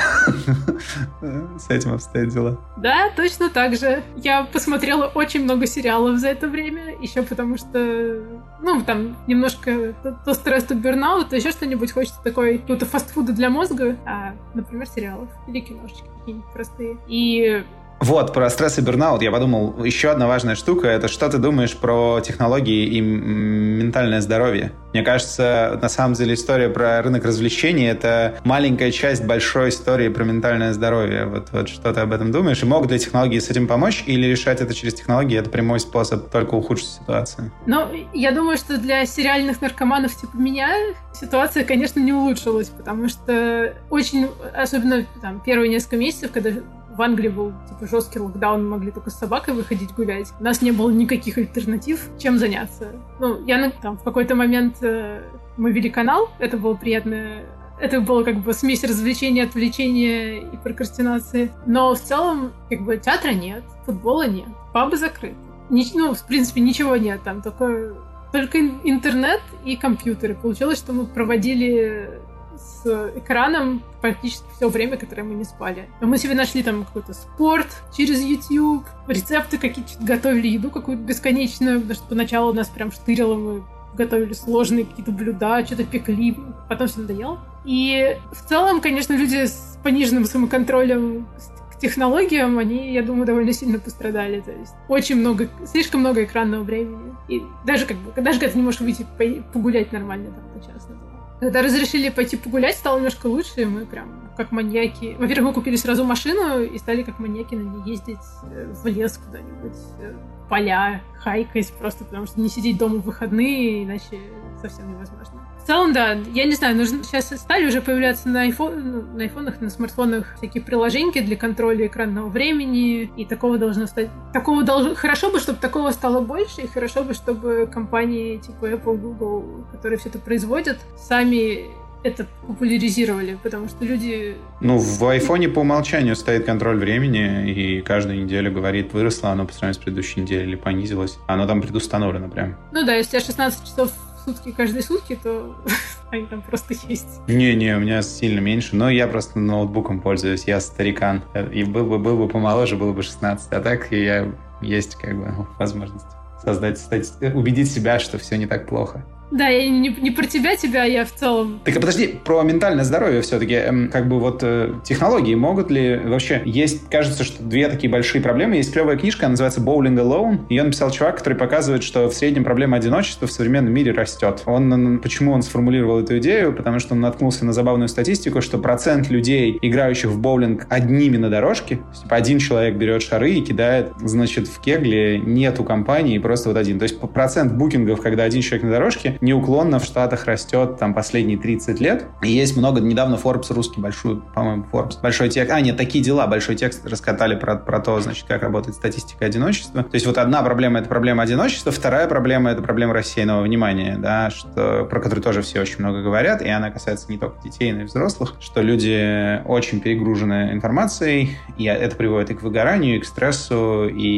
с этим обстоят дела? Да, точно так же. Я посмотрела очень много сериалов за это время, еще потому что, ну, там, немножко то, то стресс, то бернаут, то еще что-нибудь хочется такой, какого-то фастфуда для мозга, а, например, сериалов или киношечки какие-нибудь простые. И вот, про стресс и бернаут я подумал, еще одна важная штука, это что ты думаешь про технологии и ментальное здоровье? Мне кажется, на самом деле история про рынок развлечений — это маленькая часть большой истории про ментальное здоровье. Вот, вот что ты об этом думаешь? И могут ли технологии с этим помочь, или решать это через технологии — это прямой способ только ухудшить ситуацию? Ну, я думаю, что для сериальных наркоманов типа меня ситуация, конечно, не улучшилась, потому что очень, особенно там, первые несколько месяцев, когда в Англии был типа жесткий локдаун, мы могли только с собакой выходить гулять. У нас не было никаких альтернатив, чем заняться. Ну, я там в какой-то момент э, мы вели канал, это было приятно. Это было как бы смесь развлечения, отвлечения и прокрастинации. Но в целом, как бы, театра нет, футбола нет, пабы закрыты. Ни, ну, в принципе, ничего нет там, только, только интернет и компьютеры. Получилось, что мы проводили с экраном практически все время, которое мы не спали. Но мы себе нашли там какой-то спорт через YouTube, рецепты какие-то, готовили еду какую-то бесконечную, потому что поначалу нас прям штырило, мы готовили сложные какие-то блюда, что-то пекли, потом все надоело. И в целом, конечно, люди с пониженным самоконтролем к технологиям, они, я думаю, довольно сильно пострадали. То есть очень много, слишком много экранного времени. И даже как бы, даже когда ты не можешь выйти погулять нормально там по часу. Когда разрешили пойти погулять, стало немножко лучше, и мы прям как маньяки. Во-первых, мы купили сразу машину и стали как маньяки на ней ездить в лес куда-нибудь, в поля, хайкать просто, потому что не сидеть дома в выходные, иначе совсем невозможно. В целом, да, я не знаю, нужно, сейчас стали уже появляться на, айфон, ну, на айфонах, на смартфонах всякие приложения для контроля экранного времени, и такого должно стать... Такого должно... Хорошо бы, чтобы такого стало больше, и хорошо бы, чтобы компании типа Apple, Google, которые все это производят, сами это популяризировали, потому что люди... Ну, в айфоне по умолчанию стоит контроль времени, и каждую неделю говорит, выросло оно по сравнению с предыдущей неделей или понизилось. Оно там предустановлено прям. Ну да, если у тебя шестнадцать часов в сутки каждые сутки, то они там просто есть. Не-не, у меня сильно меньше, но я просто ноутбуком пользуюсь, я старикан. И был бы, был бы помоложе, было бы шестнадцать, а так я есть как бы возможность создать, стать, убедить себя, что все не так плохо. Да, я не, не про тебя, тебя, я в целом... Так, а подожди, про ментальное здоровье все-таки. Эм, как бы вот э, технологии могут ли... Вообще, есть, кажется, что две такие большие проблемы. Есть клевая книжка, она называется «Bowling Alone». Ее написал чувак, который показывает, что в среднем проблема одиночества в современном мире растет. Он, он, почему он сформулировал эту идею? Потому что он наткнулся на забавную статистику, что процент людей, играющих в боулинг одними на дорожке, типа один человек берет шары и кидает, значит, в кегле нету компании, просто вот один. То есть процент букингов, когда один человек на дорожке, неуклонно в Штатах растет там последние тридцать лет. И есть много, недавно Forbes русский, большой, по-моему, Forbes, большой текст, а, нет, такие дела, большой текст раскатали про, про то, значит, как работает статистика одиночества. То есть вот одна проблема — это проблема одиночества, вторая проблема — это проблема рассеянного внимания, да, что, про которую тоже все очень много говорят, и она касается не только детей, но и взрослых, что люди очень перегружены информацией, и это приводит и к выгоранию, и к стрессу, и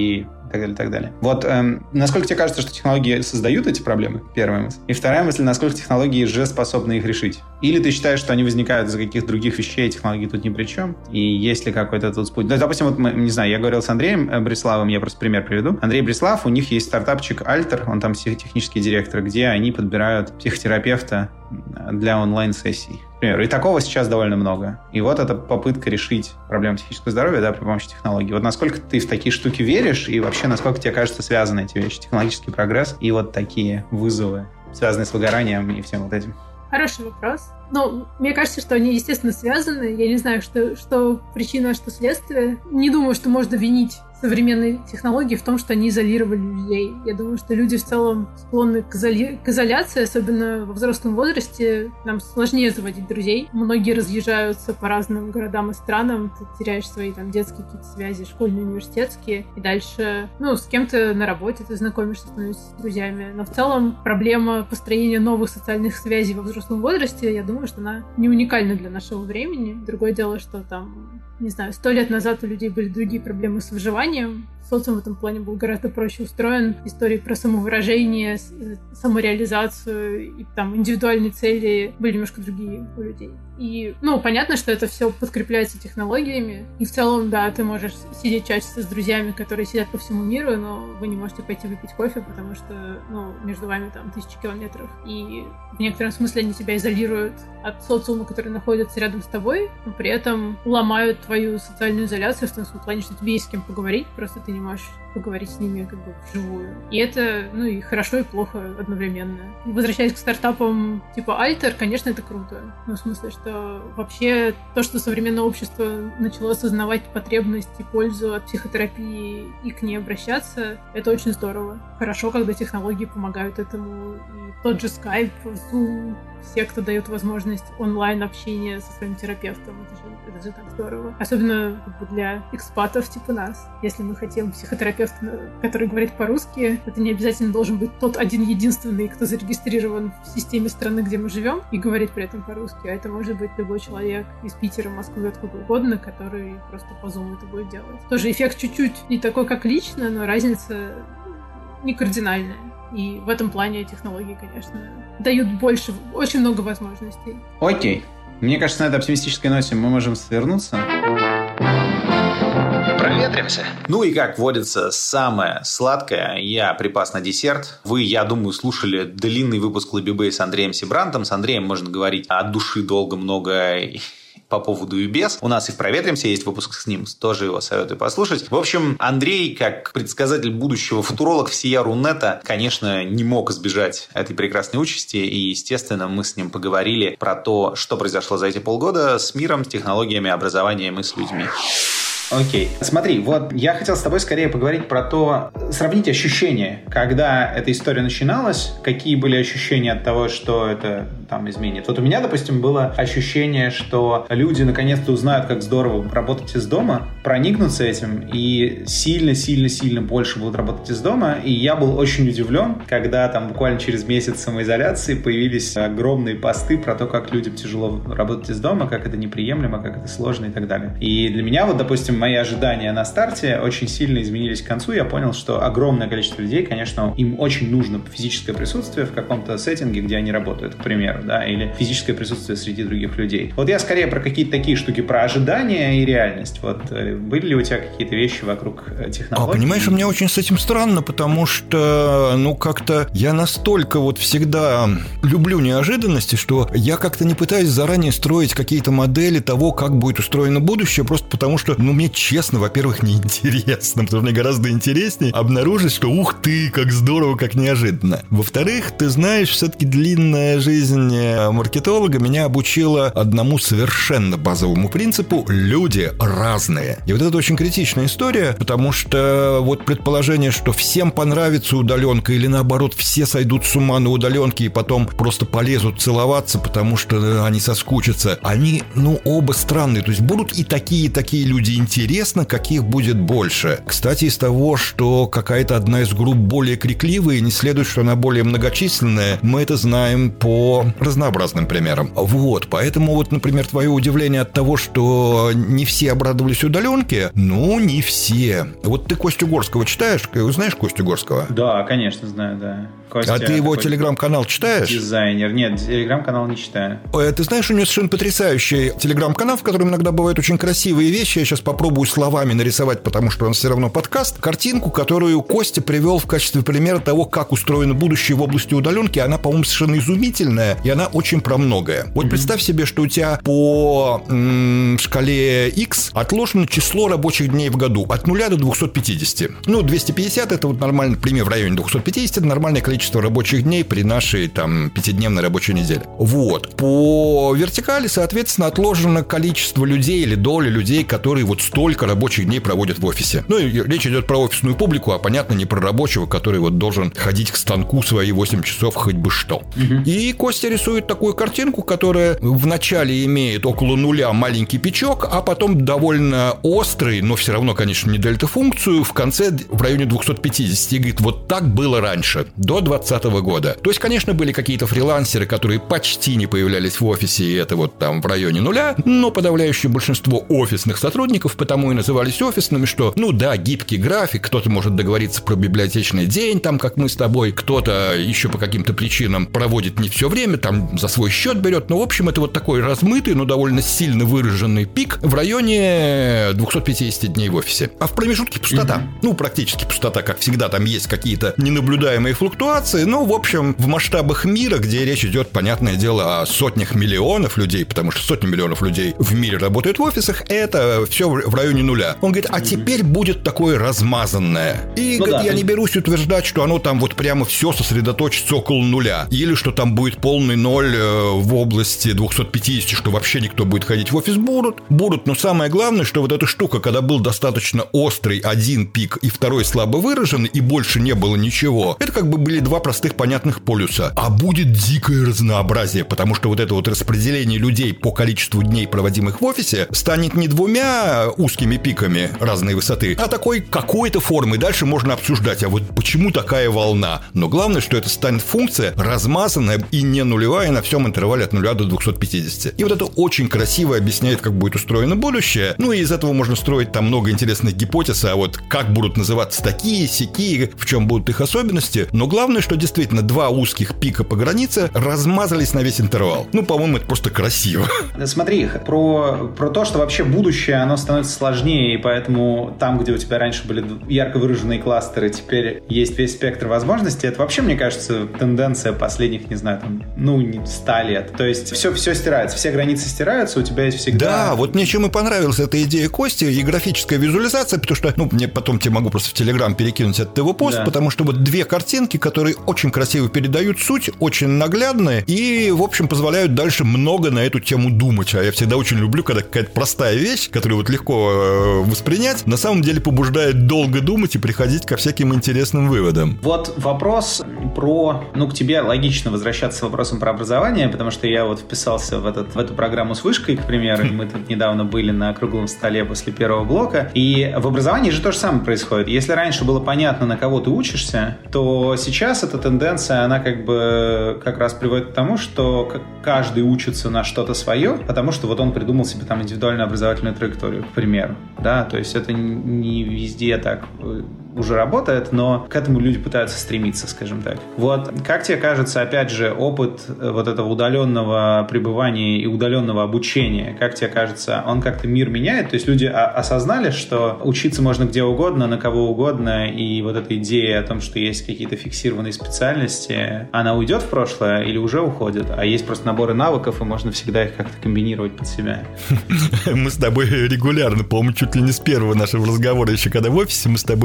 и так далее, и так далее. Вот эм, насколько тебе кажется, что технологии создают эти проблемы? Первая мысль. И вторая мысль, насколько технологии же способны их решить? Или ты считаешь, что они возникают из-за каких-то других вещей, технологии тут ни при чем? И есть ли какой-то тут спутник? Ну, допустим, вот мы, не знаю, я говорил с Андреем Бриславом, я просто пример приведу. Андрей Брислав, у них есть стартапчик Альтер, он там технический директор, где они подбирают психотерапевта для онлайн-сессий. К примеру. И такого сейчас довольно много. И вот это попытка решить проблему психического здоровья, да, при помощи технологий. Вот насколько ты в такие штуки веришь, и вообще насколько тебе кажется связаны эти вещи, технологический прогресс и вот такие вызовы, связанные с выгоранием и всем вот этим? Хороший вопрос. Ну, мне кажется, что они, естественно, связаны. Я не знаю, что, что причина, что следствие. Не думаю, что можно винить современные технологии в том, что они изолировали людей. Я думаю, что люди в целом склонны к, изоли... к изоляции, особенно во взрослом возрасте. Нам сложнее заводить друзей. Многие разъезжаются по разным городам и странам. Ты теряешь свои там детские какие-то связи, школьные, университетские. И дальше, ну, с кем-то на работе ты знакомишься, становишься с друзьями. Но в целом проблема построения новых социальных связей во взрослом возрасте, я думаю, что она не уникальна для нашего времени. Другое дело, что там, не знаю, сто лет назад у людей были другие проблемы с выживанием. Социум в этом плане был гораздо проще устроен. Истории про самовыражение, самореализацию и там индивидуальные цели были немножко другие у людей. И, ну, понятно, что это все подкрепляется технологиями. И в целом, да, ты можешь сидеть часиться с друзьями, которые сидят по всему миру, но вы не можете пойти выпить кофе, потому что, ну, между вами там тысячи километров. И в некотором смысле они тебя изолируют от социума, который находится рядом с тобой, но при этом ломают твою социальную изоляцию в том плане, что тебе есть с кем поговорить, просто ты не можешь поговорить с ними как бы вживую. И это, ну, и хорошо, и плохо одновременно. Возвращаясь к стартапам типа Альтер, конечно, это круто. Ну, в смысле, что вообще то, что современное общество начало осознавать потребность и пользу от психотерапии и к ней обращаться, это очень здорово. Хорошо, когда технологии помогают этому. И тот же Skype, Zoom, все, кто дает возможность онлайн-общения со своим терапевтом. Это же, это же так здорово. Особенно как бы, для экспатов типа нас. Если мы хотим психотерапевта, который говорит по-русски, это не обязательно должен быть тот один-единственный, кто зарегистрирован в системе страны, где мы живем, и говорит при этом по-русски. А это может быть любой человек из Питера, Москвы, откуда угодно, который просто по Zoom это будет делать. Тоже эффект чуть-чуть не такой, как лично, но разница не кардинальная. И в этом плане технологии, конечно, дают больше, очень много возможностей. Окей. Мне кажется, на этой оптимистической ноте мы можем свернуться. Проветримся. Ну и как водится, самое сладкое я припас на десерт. Вы, я думаю, слушали длинный выпуск Лабибей с Андреем Сибрантом. С Андреем можно говорить от души долго, много по поводу и без. У нас и в «Проветримся» есть выпуск с ним, тоже его советую послушать. В общем, Андрей, как предсказатель будущего, футуролог всея Рунета, конечно, не мог избежать этой прекрасной участи, и, естественно, мы с ним поговорили про то, что произошло за эти полгода с миром, с технологиями, образованием и с людьми. Окей. Смотри, вот я хотел с тобой скорее поговорить про то, сравнить ощущения, когда эта история начиналась, какие были ощущения от того, что это там изменит. Вот у меня, допустим, было ощущение, что люди наконец-то узнают, как здорово работать из дома, проникнутся этим и сильно-сильно-сильно больше будут работать из дома. И я был очень удивлен, когда там буквально через месяц самоизоляции появились огромные посты про то, как людям тяжело работать из дома, как это неприемлемо, как это сложно и так далее. И для меня вот, допустим, мои ожидания на старте очень сильно изменились к концу. Я понял, что огромное количество людей, конечно, им очень нужно физическое присутствие в каком-то сеттинге, где они работают, к примеру, да, или физическое присутствие среди других людей. Вот я скорее про какие-то такие штуки, про ожидания и реальность. Вот были ли у тебя какие-то вещи вокруг технологий? А, понимаешь, у меня очень с этим странно, потому что, ну, как-то я настолько вот всегда люблю неожиданности, что я как-то не пытаюсь заранее строить какие-то модели того, как будет устроено будущее, просто потому что, ну, мне честно, во-первых, неинтересно, потому что мне гораздо интереснее обнаружить, что ух ты, как здорово, как неожиданно. Во-вторых, ты знаешь, все-таки длинная жизнь маркетолога меня обучила одному совершенно базовому принципу: люди разные. И вот это очень критичная история, потому что вот предположение, что всем понравится удаленка, или наоборот, все сойдут с ума на удаленке и потом просто полезут целоваться, потому что они соскучатся, они, ну, оба странные. То есть будут и такие, и такие люди интересные, интересно, каких будет больше. Кстати, из того, что какая-то одна из групп более крикливая, не следует, что она более многочисленная, мы это знаем по разнообразным примерам. Вот, поэтому вот, например, твое удивление от того, что не все обрадовались удаленке, ну, не все. Вот ты Костю Горского читаешь? Знаешь Костю Горского? Да, конечно, знаю, да. Костя, а ты его телеграм-канал читаешь? Дизайнер. Нет, телеграм-канал не читаю. Ты знаешь, у него совершенно потрясающий телеграм-канал, в котором иногда бывают очень красивые вещи. Я сейчас попробую словами нарисовать, потому что он все равно подкаст. Картинку, которую Костя привел в качестве примера того, как устроено будущее в области удаленки. Она, по-моему, совершенно изумительная, и она очень про многое. Вот mm-hmm. представь себе, что у тебя по м- шкале X отложено число рабочих дней в году от нуля до двухсот пятидесяти. Ну, двести пятьдесят – это вот нормальный пример в районе двухсот пятидесяти, это нормальное количество рабочих дней при нашей там пятидневной рабочей неделе. Вот. По вертикали, соответственно, отложено количество людей или доля людей, которые вот столько рабочих дней проводят в офисе. Ну, и речь идет про офисную публику, а понятно, не про рабочего, который вот должен ходить к станку свои восемь часов хоть бы что. Угу. И Костя рисует такую картинку, которая вначале имеет около нуля маленький пичок, а потом довольно острый, но все равно, конечно, не дельта-функцию, в конце в районе двухсот пятидесяти. И говорит, вот так было раньше, до двадцатого года. То есть, конечно, были какие-то фрилансеры, которые почти не появлялись в офисе, и это вот там в районе нуля, но подавляющее большинство офисных сотрудников потому и назывались офисными, что, ну да, гибкий график, кто-то может договориться про библиотечный день, там, как мы с тобой, кто-то еще по каким-то причинам проводит не все время, там, за свой счет берет, но, в общем, это вот такой размытый, но довольно сильно выраженный пик в районе двухсот пятидесяти дней в офисе. А в промежутке пустота. Mm-hmm. Ну, практически пустота, как всегда, там есть какие-то ненаблюдаемые флуктуации, но, в общем, в масштабах мира, где речь идет, понятное дело, о сотнях миллионов людей, потому что сотни миллионов людей в мире работают в офисах, это все в районе нуля. Он говорит, а теперь будет такое размазанное. И, ну, говорит, да, я не берусь утверждать, что оно там вот прямо все сосредоточится около нуля. Или что там будет полный ноль в области двухсот пятидесяти, что вообще никто будет ходить в офис. Будут. Будут, но самое главное, что вот эта штука, когда был достаточно острый один пик и второй слабо выраженный, и больше не было ничего, это как бы были два простых понятных полюса. А будет дикое разнообразие, потому что вот это вот распределение людей по количеству дней, проводимых в офисе, станет не двумя узкими пиками разной высоты, а такой какой-то формы. Дальше можно обсуждать, а вот почему такая волна. Но главное, что это станет функция размазанная и не нулевая на всем интервале от нуля до двухсот пятидесяти. И вот это очень красиво объясняет, как будет устроено будущее. Ну и из этого можно строить там много интересных гипотез, а вот как будут называться такие, сякие, в чем будут их особенности. Но главное, что действительно два узких пика по границе размазались на весь интервал. Ну, по-моему, это просто красиво. Смотри, про, про то, что вообще будущее, оно становится сложнее, и поэтому там, где у тебя раньше были ярко выраженные кластеры, теперь есть весь спектр возможностей. Это вообще, мне кажется, тенденция последних, не знаю, там, ну, ста лет. То есть все, все стирается, все границы стираются, у тебя есть всегда... Да, вот мне чем и понравилась эта идея Кости, и графическая визуализация, потому что, ну, мне потом тебе могу просто в Телеграм перекинуть этот его пост, да. Потому что вот две картинки, которые очень красиво передают суть, очень наглядные и, в общем, позволяют дальше много на эту тему думать. А я всегда очень люблю, когда какая-то простая вещь, которую вот легко воспринять, на самом деле побуждает долго думать и приходить ко всяким интересным выводам. Вот вопрос про... Ну, к тебе логично возвращаться с вопросом про образование, потому что я вот вписался в, этот, в эту программу с вышкой, к примеру, мы тут недавно были на круглом столе после первого блока, и в образовании же то же самое происходит. Если раньше было понятно, на кого ты учишься, то сейчас эта тенденция, она как бы как раз приводит к тому, что каждый учится на что-то свое, потому что вот он придумал себе там индивидуальную образовательную траекторию, к примеру. Да, то есть это не везде так уже работает, но к этому люди пытаются стремиться, скажем так. Вот, как тебе кажется, опять же, опыт вот этого удаленного пребывания и удаленного обучения, как тебе кажется, он как-то мир меняет? То есть люди осознали, что учиться можно где угодно, на кого угодно, и вот эта идея о том, что есть какие-то фиксированные специальности, она уйдет в прошлое или уже уходит? А есть просто наборы навыков, и можно всегда их как-то комбинировать под себя? Мы с тобой регулярно, по-моему, чуть ли не с первого нашего разговора, еще когда в офисе мы с тобой спорили.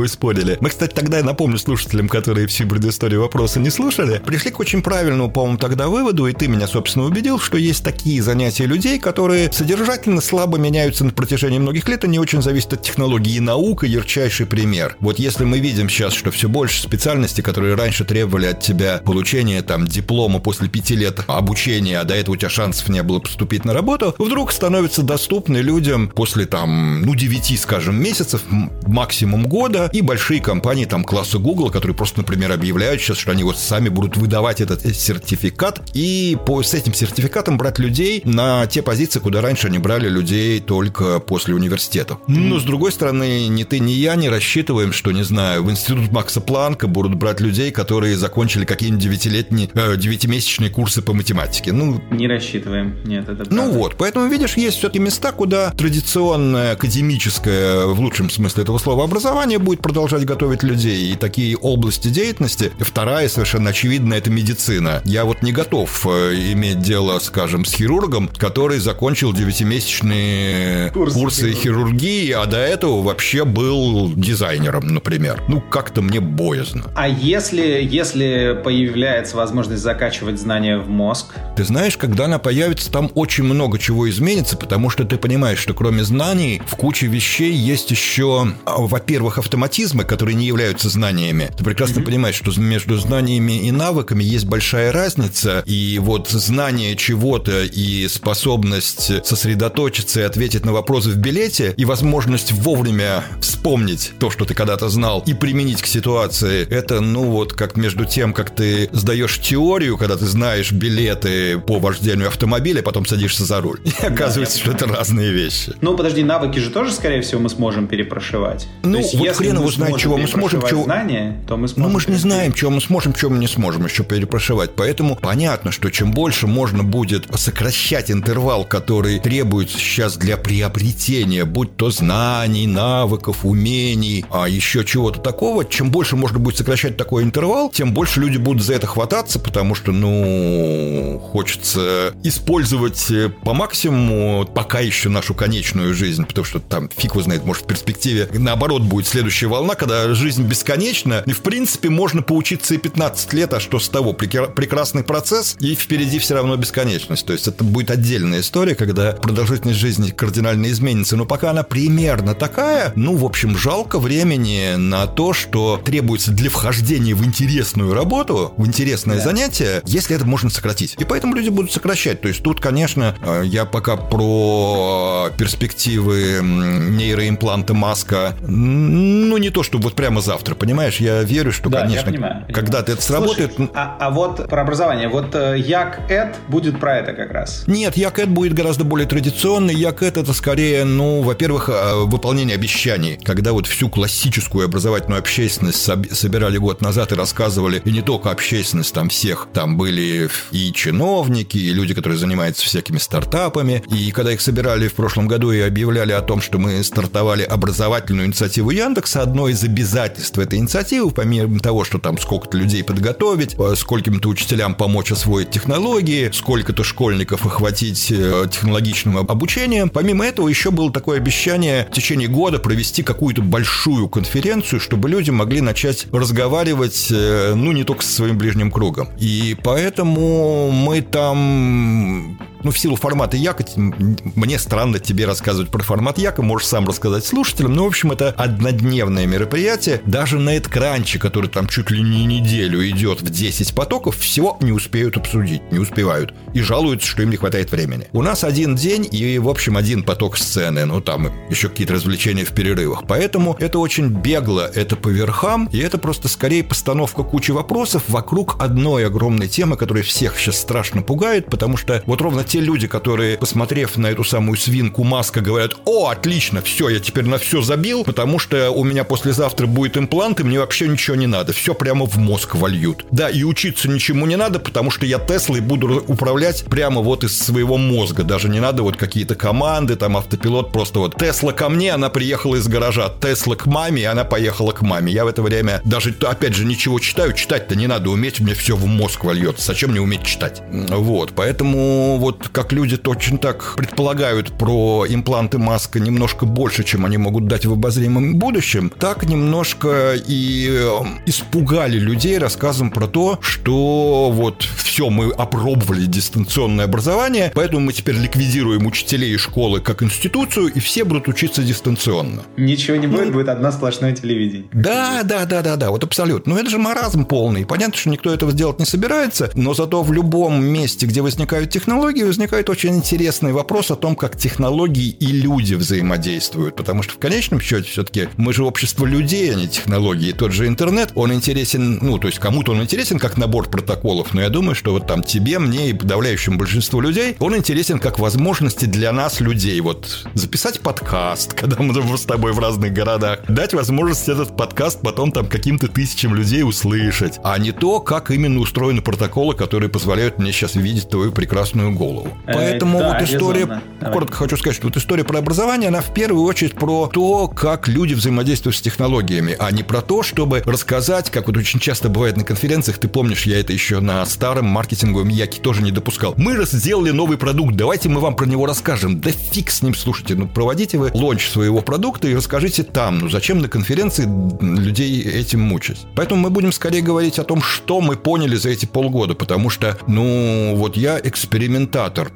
слушатели. Мы, кстати, тогда, я напомню слушателям, которые всю предысторию вопроса не слушали, пришли к очень правильному, по-моему, тогда выводу, и ты меня, собственно, убедил, что есть такие занятия людей, которые содержательно слабо меняются на протяжении многих лет, и не очень зависят от технологий. И наука — ярчайший пример. Вот если мы видим сейчас, что все больше специальностей, которые раньше требовали от тебя получения там диплома после пяти лет обучения, а до этого у тебя шансов не было поступить на работу, вдруг становятся доступны людям после там, ну, девяти, скажем, месяцев, максимум года, и большие компании там класса Google, которые просто, например, объявляют сейчас, что они вот сами будут выдавать этот сертификат, и по, с этим сертификатом брать людей на те позиции, куда раньше они брали людей только после университета. Но, с другой стороны, ни ты, ни я не рассчитываем, что, не знаю, в институт Макса Планка будут брать людей, которые закончили какие-нибудь девятилетние, э, девятимесячные курсы по математике. Ну, не рассчитываем. Нет, это правда. Ну вот, поэтому, видишь, есть все-таки места, куда традиционное академическое, в лучшем смысле этого слова, образование будет продолжать готовить людей. И такие области деятельности. Вторая, совершенно очевидно, это медицина. Я вот не готов иметь дело, скажем, с хирургом, который закончил девятимесячные курсы, курсы хирургии, а до этого вообще был дизайнером, например. Ну, как-то мне боязно. А если, если появляется возможность закачивать знания в мозг? Ты знаешь, когда она появится, там очень много чего изменится, потому что ты понимаешь, что кроме знаний в куче вещей есть еще, во-первых, автоматизмы, которые не являются знаниями. Ты прекрасно mm-hmm. понимаешь, что между знаниями и навыками есть большая разница, и вот знание чего-то и способность сосредоточиться и ответить на вопросы в билете, и возможность вовремя вспомнить то, что ты когда-то знал, и применить к ситуации, это, ну вот, как между тем, как ты сдаешь теорию, когда ты знаешь билеты по вождению автомобиля, потом садишься за руль. И оказывается, да, что это разные вещи. Ну, подожди, навыки же тоже, скорее всего, мы сможем перепрошивать. Ну, есть, вот хрен его знает, чего мы сможем, чего... знания, то мы сможем... Ну, мы же не знаем, чего мы сможем, чего мы не сможем еще перепрошивать. Поэтому понятно, что чем больше можно будет сокращать интервал, который требуется сейчас для приобретения, будь то знаний, навыков, умений, а еще чего-то такого, чем больше можно будет сокращать такой интервал, тем больше люди будут за это хвататься, потому что, ну, хочется использовать по максимуму пока еще нашу конечную жизнь, потому что там фиг его знает, может, в перспективе наоборот будет следующая волна, когда жизнь бесконечна, и в принципе можно поучиться и пятнадцать лет, а что с того? Прекрасный процесс, и впереди все равно бесконечность. То есть это будет отдельная история, когда продолжительность жизни кардинально изменится, но пока она примерно такая, ну, в общем, жалко времени на то, что требуется для вхождения в интересную работу, в интересное да. занятие, если это можно сократить. И поэтому люди будут сокращать. То есть тут, конечно, я пока про перспективы нейроимпланта Маска, ну, не то, что вот прямо завтра, понимаешь? Я верю, что, да, конечно, я понимаю, когда-то это сработает. Слушай, а, а вот про образование. Вот Як-Эд будет про это как раз. Нет, Як-Эд будет гораздо более традиционный. Як-Эд — это скорее, ну, во-первых, выполнение обещаний. Когда вот всю классическую образовательную общественность собирали год назад и рассказывали, и не только общественность, там всех, там были и чиновники, и люди, которые занимаются всякими стартапами. И когда их собирали в прошлом году и объявляли о том, что мы стартовали образовательную инициативу Яндекса, одно из обязательств этой инициативы, помимо того, что там сколько-то людей подготовить, скольким-то учителям помочь освоить технологии, сколько-то школьников охватить технологичным обучением, помимо этого еще было такое обещание в течение года провести какую-то большую конференцию, чтобы люди могли начать разговаривать, ну, не только со своим ближним кругом. И поэтому мы там... Ну, в силу формата Яка, мне странно тебе рассказывать про формат Яка, можешь сам рассказать слушателям. Ну, в общем, это однодневное мероприятие. Даже на Эдкранче, который там чуть ли не неделю идет в десять потоков, всего не успеют обсудить, не успевают. И жалуются, что им не хватает времени. У нас один день и, в общем, один поток сцены. Ну, там еще какие-то развлечения в перерывах. Поэтому это очень бегло, это по верхам, и это просто скорее постановка кучи вопросов вокруг одной огромной темы, которая всех сейчас страшно пугает, потому что вот ровно те люди, которые, посмотрев на эту самую свинку Маска, говорят: о, отлично, все, я теперь на все забил, потому что у меня послезавтра будет имплант, и мне вообще ничего не надо, все прямо в мозг вольют. Да, и учиться ничему не надо, потому что я Теслой буду управлять прямо вот из своего мозга, даже не надо вот какие-то команды, там автопилот, просто вот Тесла ко мне, она приехала из гаража, Тесла к маме, и она поехала к маме. Я в это время даже, опять же, ничего читаю, читать-то не надо уметь, мне все в мозг вольется, зачем мне уметь читать? Вот, поэтому вот как люди точно так предполагают про импланты Маска немножко больше, чем они могут дать в обозримом будущем, так так немножко и испугали людей рассказом про то, что вот все, мы опробовали дистанционное образование, поэтому мы теперь ликвидируем учителей и школы как институцию, и все будут учиться дистанционно. Ничего не будет, ну, будет одно сплошное телевидение. Да, да, да, да, да, вот абсолютно. Ну, это же маразм полный. Понятно, что никто этого сделать не собирается, но зато в любом месте, где возникают технологии, возникает очень интересный вопрос о том, как технологии и люди взаимодействуют. Потому что в конечном счете все-таки мы же общество людей, а не технологии. Тот же интернет, он интересен, ну, то есть кому-то он интересен как набор протоколов, но я думаю, что вот там тебе, мне и подавляющему большинству людей он интересен как возможности для нас, людей. Вот записать подкаст, когда мы с тобой в разных городах, дать возможность этот подкаст потом там каким-то тысячам людей услышать, а не то, как именно устроены протоколы, которые позволяют мне сейчас видеть твою прекрасную голову. Поэтому да, вот история, резонно. коротко хочу сказать, что вот история про образование, она в первую очередь про то, как люди взаимодействуют с технологиями, а не про то, чтобы рассказать, как вот очень часто бывает на конференциях, ты помнишь, я это еще на старом маркетинговом Яке тоже не допускал. Мы раз сделали новый продукт, давайте мы вам про него расскажем. Да фиг с ним, слушайте, ну проводите вы лонч своего продукта и расскажите там. Ну зачем на конференции людей этим мучить? Поэтому мы будем скорее говорить о том, что мы поняли за эти полгода, потому что, ну, вот я экспериментатор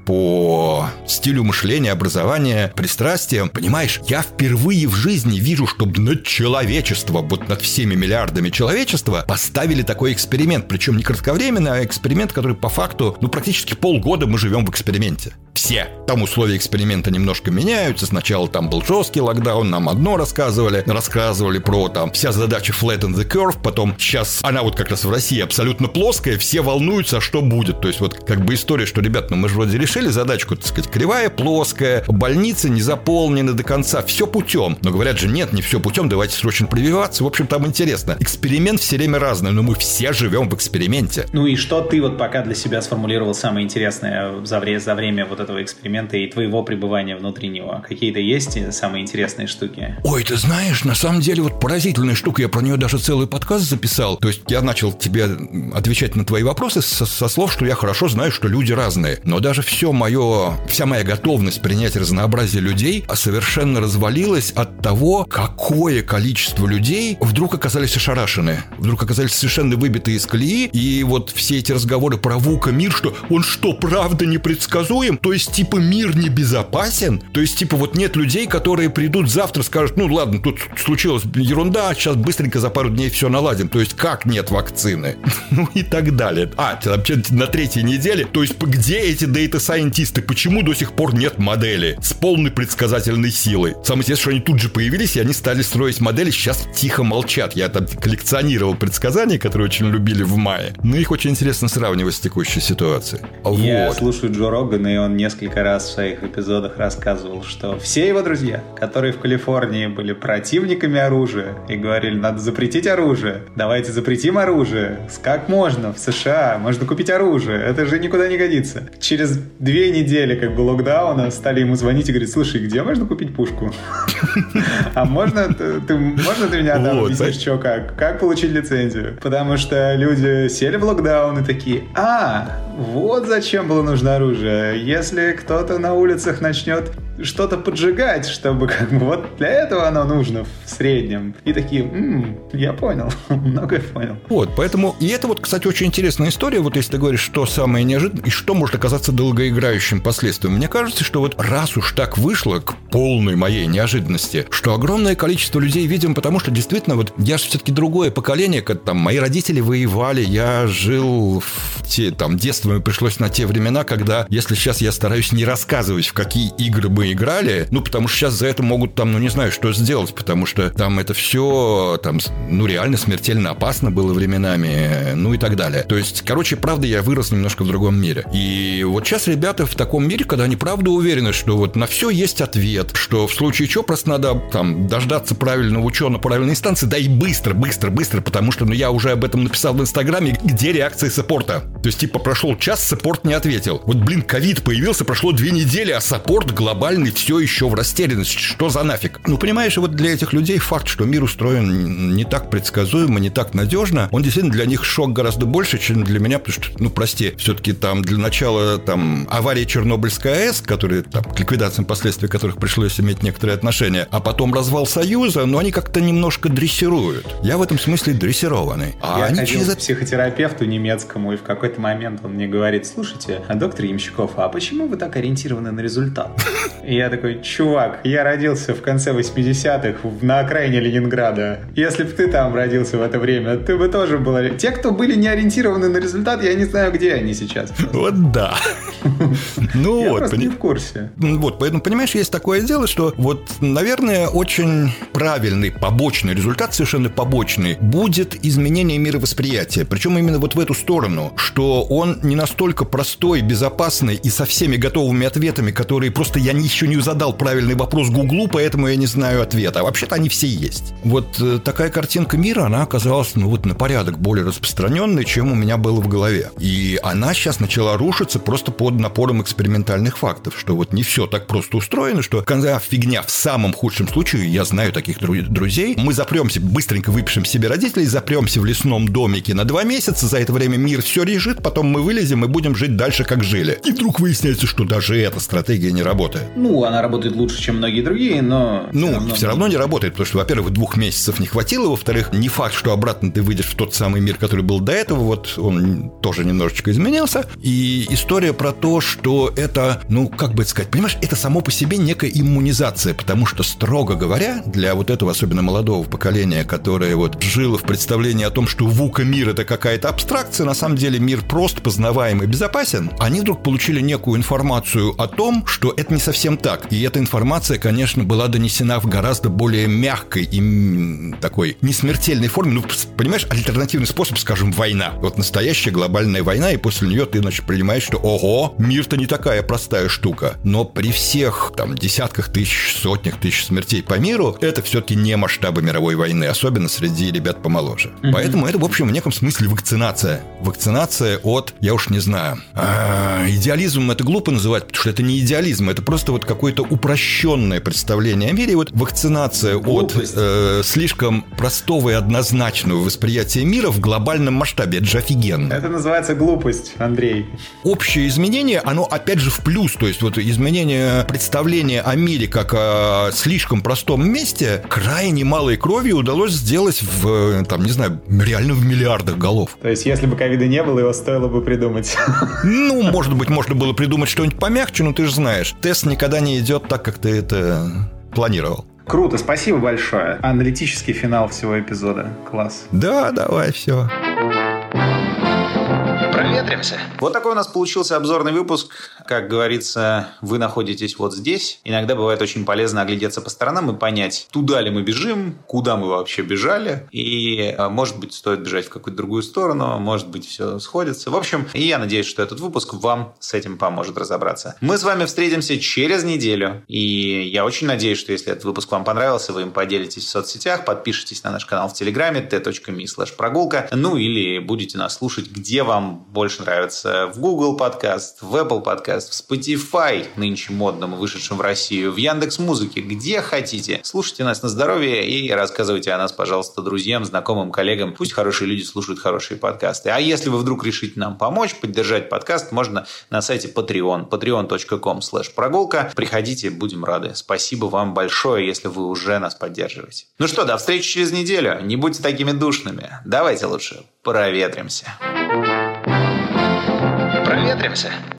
по стилю мышления, образования, пристрастиям. Понимаешь, я впервые в жизни вижу, чтобы над человечеством, вот над всеми миллиардами человечества поставили такой эксперимент. Причем не кратковременный, а эксперимент, который по факту, ну, практически полгода мы живем в эксперименте. Все. Там условия эксперимента немножко меняются. Сначала там был жесткий локдаун, нам одно рассказывали. Рассказывали про там вся задача flatten the curve. Потом сейчас она вот как раз в России абсолютно плоская. Все волнуются, а что будет. То есть вот как бы история, что, ребят, ну мы же вроде решили задачку, так сказать, кривая, плоская, больницы не заполнены до конца. Все путем. Но говорят же, нет, не все путем, давайте срочно прививаться. В общем, там интересно. Эксперимент все время разный, но мы все живем в эксперименте. Ну и что ты вот пока для себя сформулировал самое интересное за время, за время вот этого эксперимента и твоего пребывания внутри него? Какие-то есть самые интересные штуки? Ой, ты знаешь, на самом деле вот поразительная штука, я про нее даже целый подкаст записал. То есть я начал тебе отвечать на твои вопросы со, со слов, что я хорошо знаю, что люди разные. Но даже все мое, вся моя готовность принять разнообразие людей совершенно развалилась от того, какое количество людей вдруг оказались ошарашены, вдруг оказались совершенно выбиты из колеи. И вот все эти разговоры про вука мир, что он что, правда непредсказуем? То есть типа мир небезопасен? То есть типа вот нет людей, которые придут завтра, скажут, ну ладно, тут случилась ерунда, сейчас быстренько за пару дней все наладим. То есть как нет вакцины? Ну и так далее. А, на третьей неделе, то есть где эти дейта-сайентисты? Почему до сих пор нет модели с полной предсказательной силой? Самое интересное, что они тут же появились, и они стали строить модели, сейчас тихо молчат. Я там коллекционировал предсказания, которые очень любили в мае. Но их очень интересно сравнивать с текущей ситуацией. Я вот. слушаю Джо Рогана, и он несколько раз в своих эпизодах рассказывал, что все его друзья, которые в Калифорнии были противниками оружия и говорили, надо запретить оружие, давайте запретим оружие, как можно в США, можно купить оружие, это же никуда не годится. Через две недели как бы локдауна стали ему звонить и говорить, слушай, где можно купить пушку? А можно ты меня там объяснишь, что как? Как получить лицензию? Потому что люди сели в локдаун и такие, а, вот зачем было нужно оружие. Если кто-то на улицах начнет что-то поджигать, чтобы как бы вот для этого оно нужно в среднем. И такие, м-м, я понял, многое понял. Вот, поэтому, и это вот, кстати, очень интересная история, вот если ты говоришь, что самое неожиданное, и что может оказаться долгоиграющим последствием. Мне кажется, что вот раз уж так вышло к полной моей неожиданности, что огромное количество людей, видимо, потому что действительно, вот я же все-таки другое поколение, как там мои родители воевали, я жил в те, там, детство мне пришлось на те времена, когда, если сейчас я стараюсь не рассказывать, в какие игры мы играли, ну, потому что сейчас за это могут там, ну, не знаю, что сделать, потому что там это все, там, ну, реально смертельно опасно было временами, ну, и так далее. То есть, короче, правда, я вырос немножко в другом мире. И вот сейчас ребята в таком мире, когда они правда уверены, что вот на все есть ответ, что в случае чего просто надо там дождаться правильного ученого, правильной инстанции, да и быстро, быстро, быстро, потому что, ну, я уже об этом написал в Инстаграме, где реакция саппорта. То есть, типа, прошел час, саппорт не ответил. Вот, блин, ковид появился, прошло две недели, а саппорт глобально остальные все еще в растерянности. Что за нафиг? Ну, понимаешь, вот для этих людей факт, что мир устроен не так предсказуемо, не так надежно, он действительно для них шок гораздо больше, чем для меня, потому что, ну, прости, все-таки там для начала там авария Чернобыльской АЭС, которые, там, к ликвидациям последствий которых пришлось иметь некоторые отношения, а потом развал Союза, но они как-то немножко дрессируют. Я в этом смысле дрессированный. А Я они ходил через... к психотерапевту немецкому, и в какой-то момент он мне говорит: слушайте, доктор Ямщиков, а почему вы так ориентированы на результат? И я такой: чувак, я родился в конце восьмидесятых на окраине Ленинграда. Если бы ты там родился в это время, ты бы тоже был... Те, кто были не ориентированы на результат, я не знаю, где они сейчас. Вот да. Ну я вот, просто пони... не в курсе. Вот, поэтому, понимаешь, есть такое дело, что вот, наверное, очень правильный побочный результат, совершенно побочный, будет изменение мировосприятия. Причем именно вот в эту сторону, что он не настолько простой, безопасный и со всеми готовыми ответами, которые просто я еще не задал правильный вопрос Гуглу, поэтому я не знаю ответа. А вообще-то они все есть. Вот э, такая картинка мира, она оказалась, ну вот, на порядок более распространенной, чем у меня было в голове. И она сейчас начала рушиться просто под напором экспериментальных фактов, что вот не все так просто устроено, что когда фигня в самом худшем случае, я знаю таких друзей, мы запремся, быстренько выпишем себе родителей, запремся в лесном домике на два месяца, за это время мир все лежит, потом мы вылезем и будем жить дальше, как жили. И вдруг выясняется, что даже эта стратегия не работает. Ну, она работает лучше, чем многие другие, но... Ну, все равно, все равно не работает, потому что, во-первых, двух месяцев не хватило, во-вторых, не факт, что обратно ты выйдешь в тот самый мир, который был до этого, вот он тоже немножечко изменился. И история про то, что это, ну, как бы это сказать, понимаешь, это само по себе некая иммунизация, потому что, строго говоря, для вот этого особенно молодого поколения, которое вот жило в представлении о том, что ВУКА мир — это какая-то абстракция, на самом деле мир прост, познаваем и безопасен, они вдруг получили некую информацию о том, что это не совсем так. И эта информация, конечно, была донесена в гораздо более мягкой и такой несмертельной форме. Ну, понимаешь, альтернативный способ, скажем, война. Вот настоящая глобальная война, и после нее ты, значит, понимаешь, что ого, мир-то не такая простая штука. Но при всех там десятках тысяч, сотнях тысяч смертей по миру, это все-таки не масштабы мировой войны, особенно среди ребят помоложе. Mm-hmm. Поэтому это, в общем, в неком смысле вакцинация. Вакцинация от, я уж не знаю, идеализмом это глупо называть, потому что это не идеализм, это просто вот какое-то упрощенное представление о мире. Вот вакцинация Глупость. от э, слишком простого и однозначного восприятия мира в глобальном масштабе. Это же офигенно. Это называется глупость, Андрей. Общее изменение, оно опять же в плюс. То есть вот изменение представления о мире как о слишком простом месте крайне малой кровью удалось сделать в, там, не знаю, реально в миллиардах голов. То есть если бы ковида не было, его стоило бы придумать. Ну, может быть, можно было придумать что-нибудь помягче, но ты же знаешь, тест никогда не идет так, как ты это планировал. Круто, спасибо большое. Аналитический финал всего эпизода. Класс. Да, давай, все. Проветримся. Вот такой у нас получился обзорный выпуск. Как говорится, вы находитесь вот здесь. Иногда бывает очень полезно оглядеться по сторонам и понять, туда ли мы бежим, куда мы вообще бежали. И, может быть, стоит бежать в какую-то другую сторону, может быть, все сходится. В общем, и я надеюсь, что этот выпуск вам с этим поможет разобраться. Мы с вами встретимся через неделю. И я очень надеюсь, что если этот выпуск вам понравился, вы им поделитесь в соцсетях, подпишитесь на наш канал в Телеграме тэ точка ми слэш прогулка, ну или будете нас слушать, где вам больше нравится, в Google подкаст, в Apple подкаст, в Spotify, нынче модном и вышедшем в Россию, в Яндекс.Музыке, где хотите. Слушайте нас на здоровье и рассказывайте о нас, пожалуйста, друзьям, знакомым, коллегам. Пусть хорошие люди слушают хорошие подкасты. А если вы вдруг решите нам помочь, поддержать подкаст, можно на сайте Patreon, patreon точка ком слэш прогулка. Приходите, будем рады. Спасибо вам большое, если вы уже нас поддерживаете. Ну что, до встречи через неделю. Не будьте такими душными. Давайте лучше проветримся. Проветримся.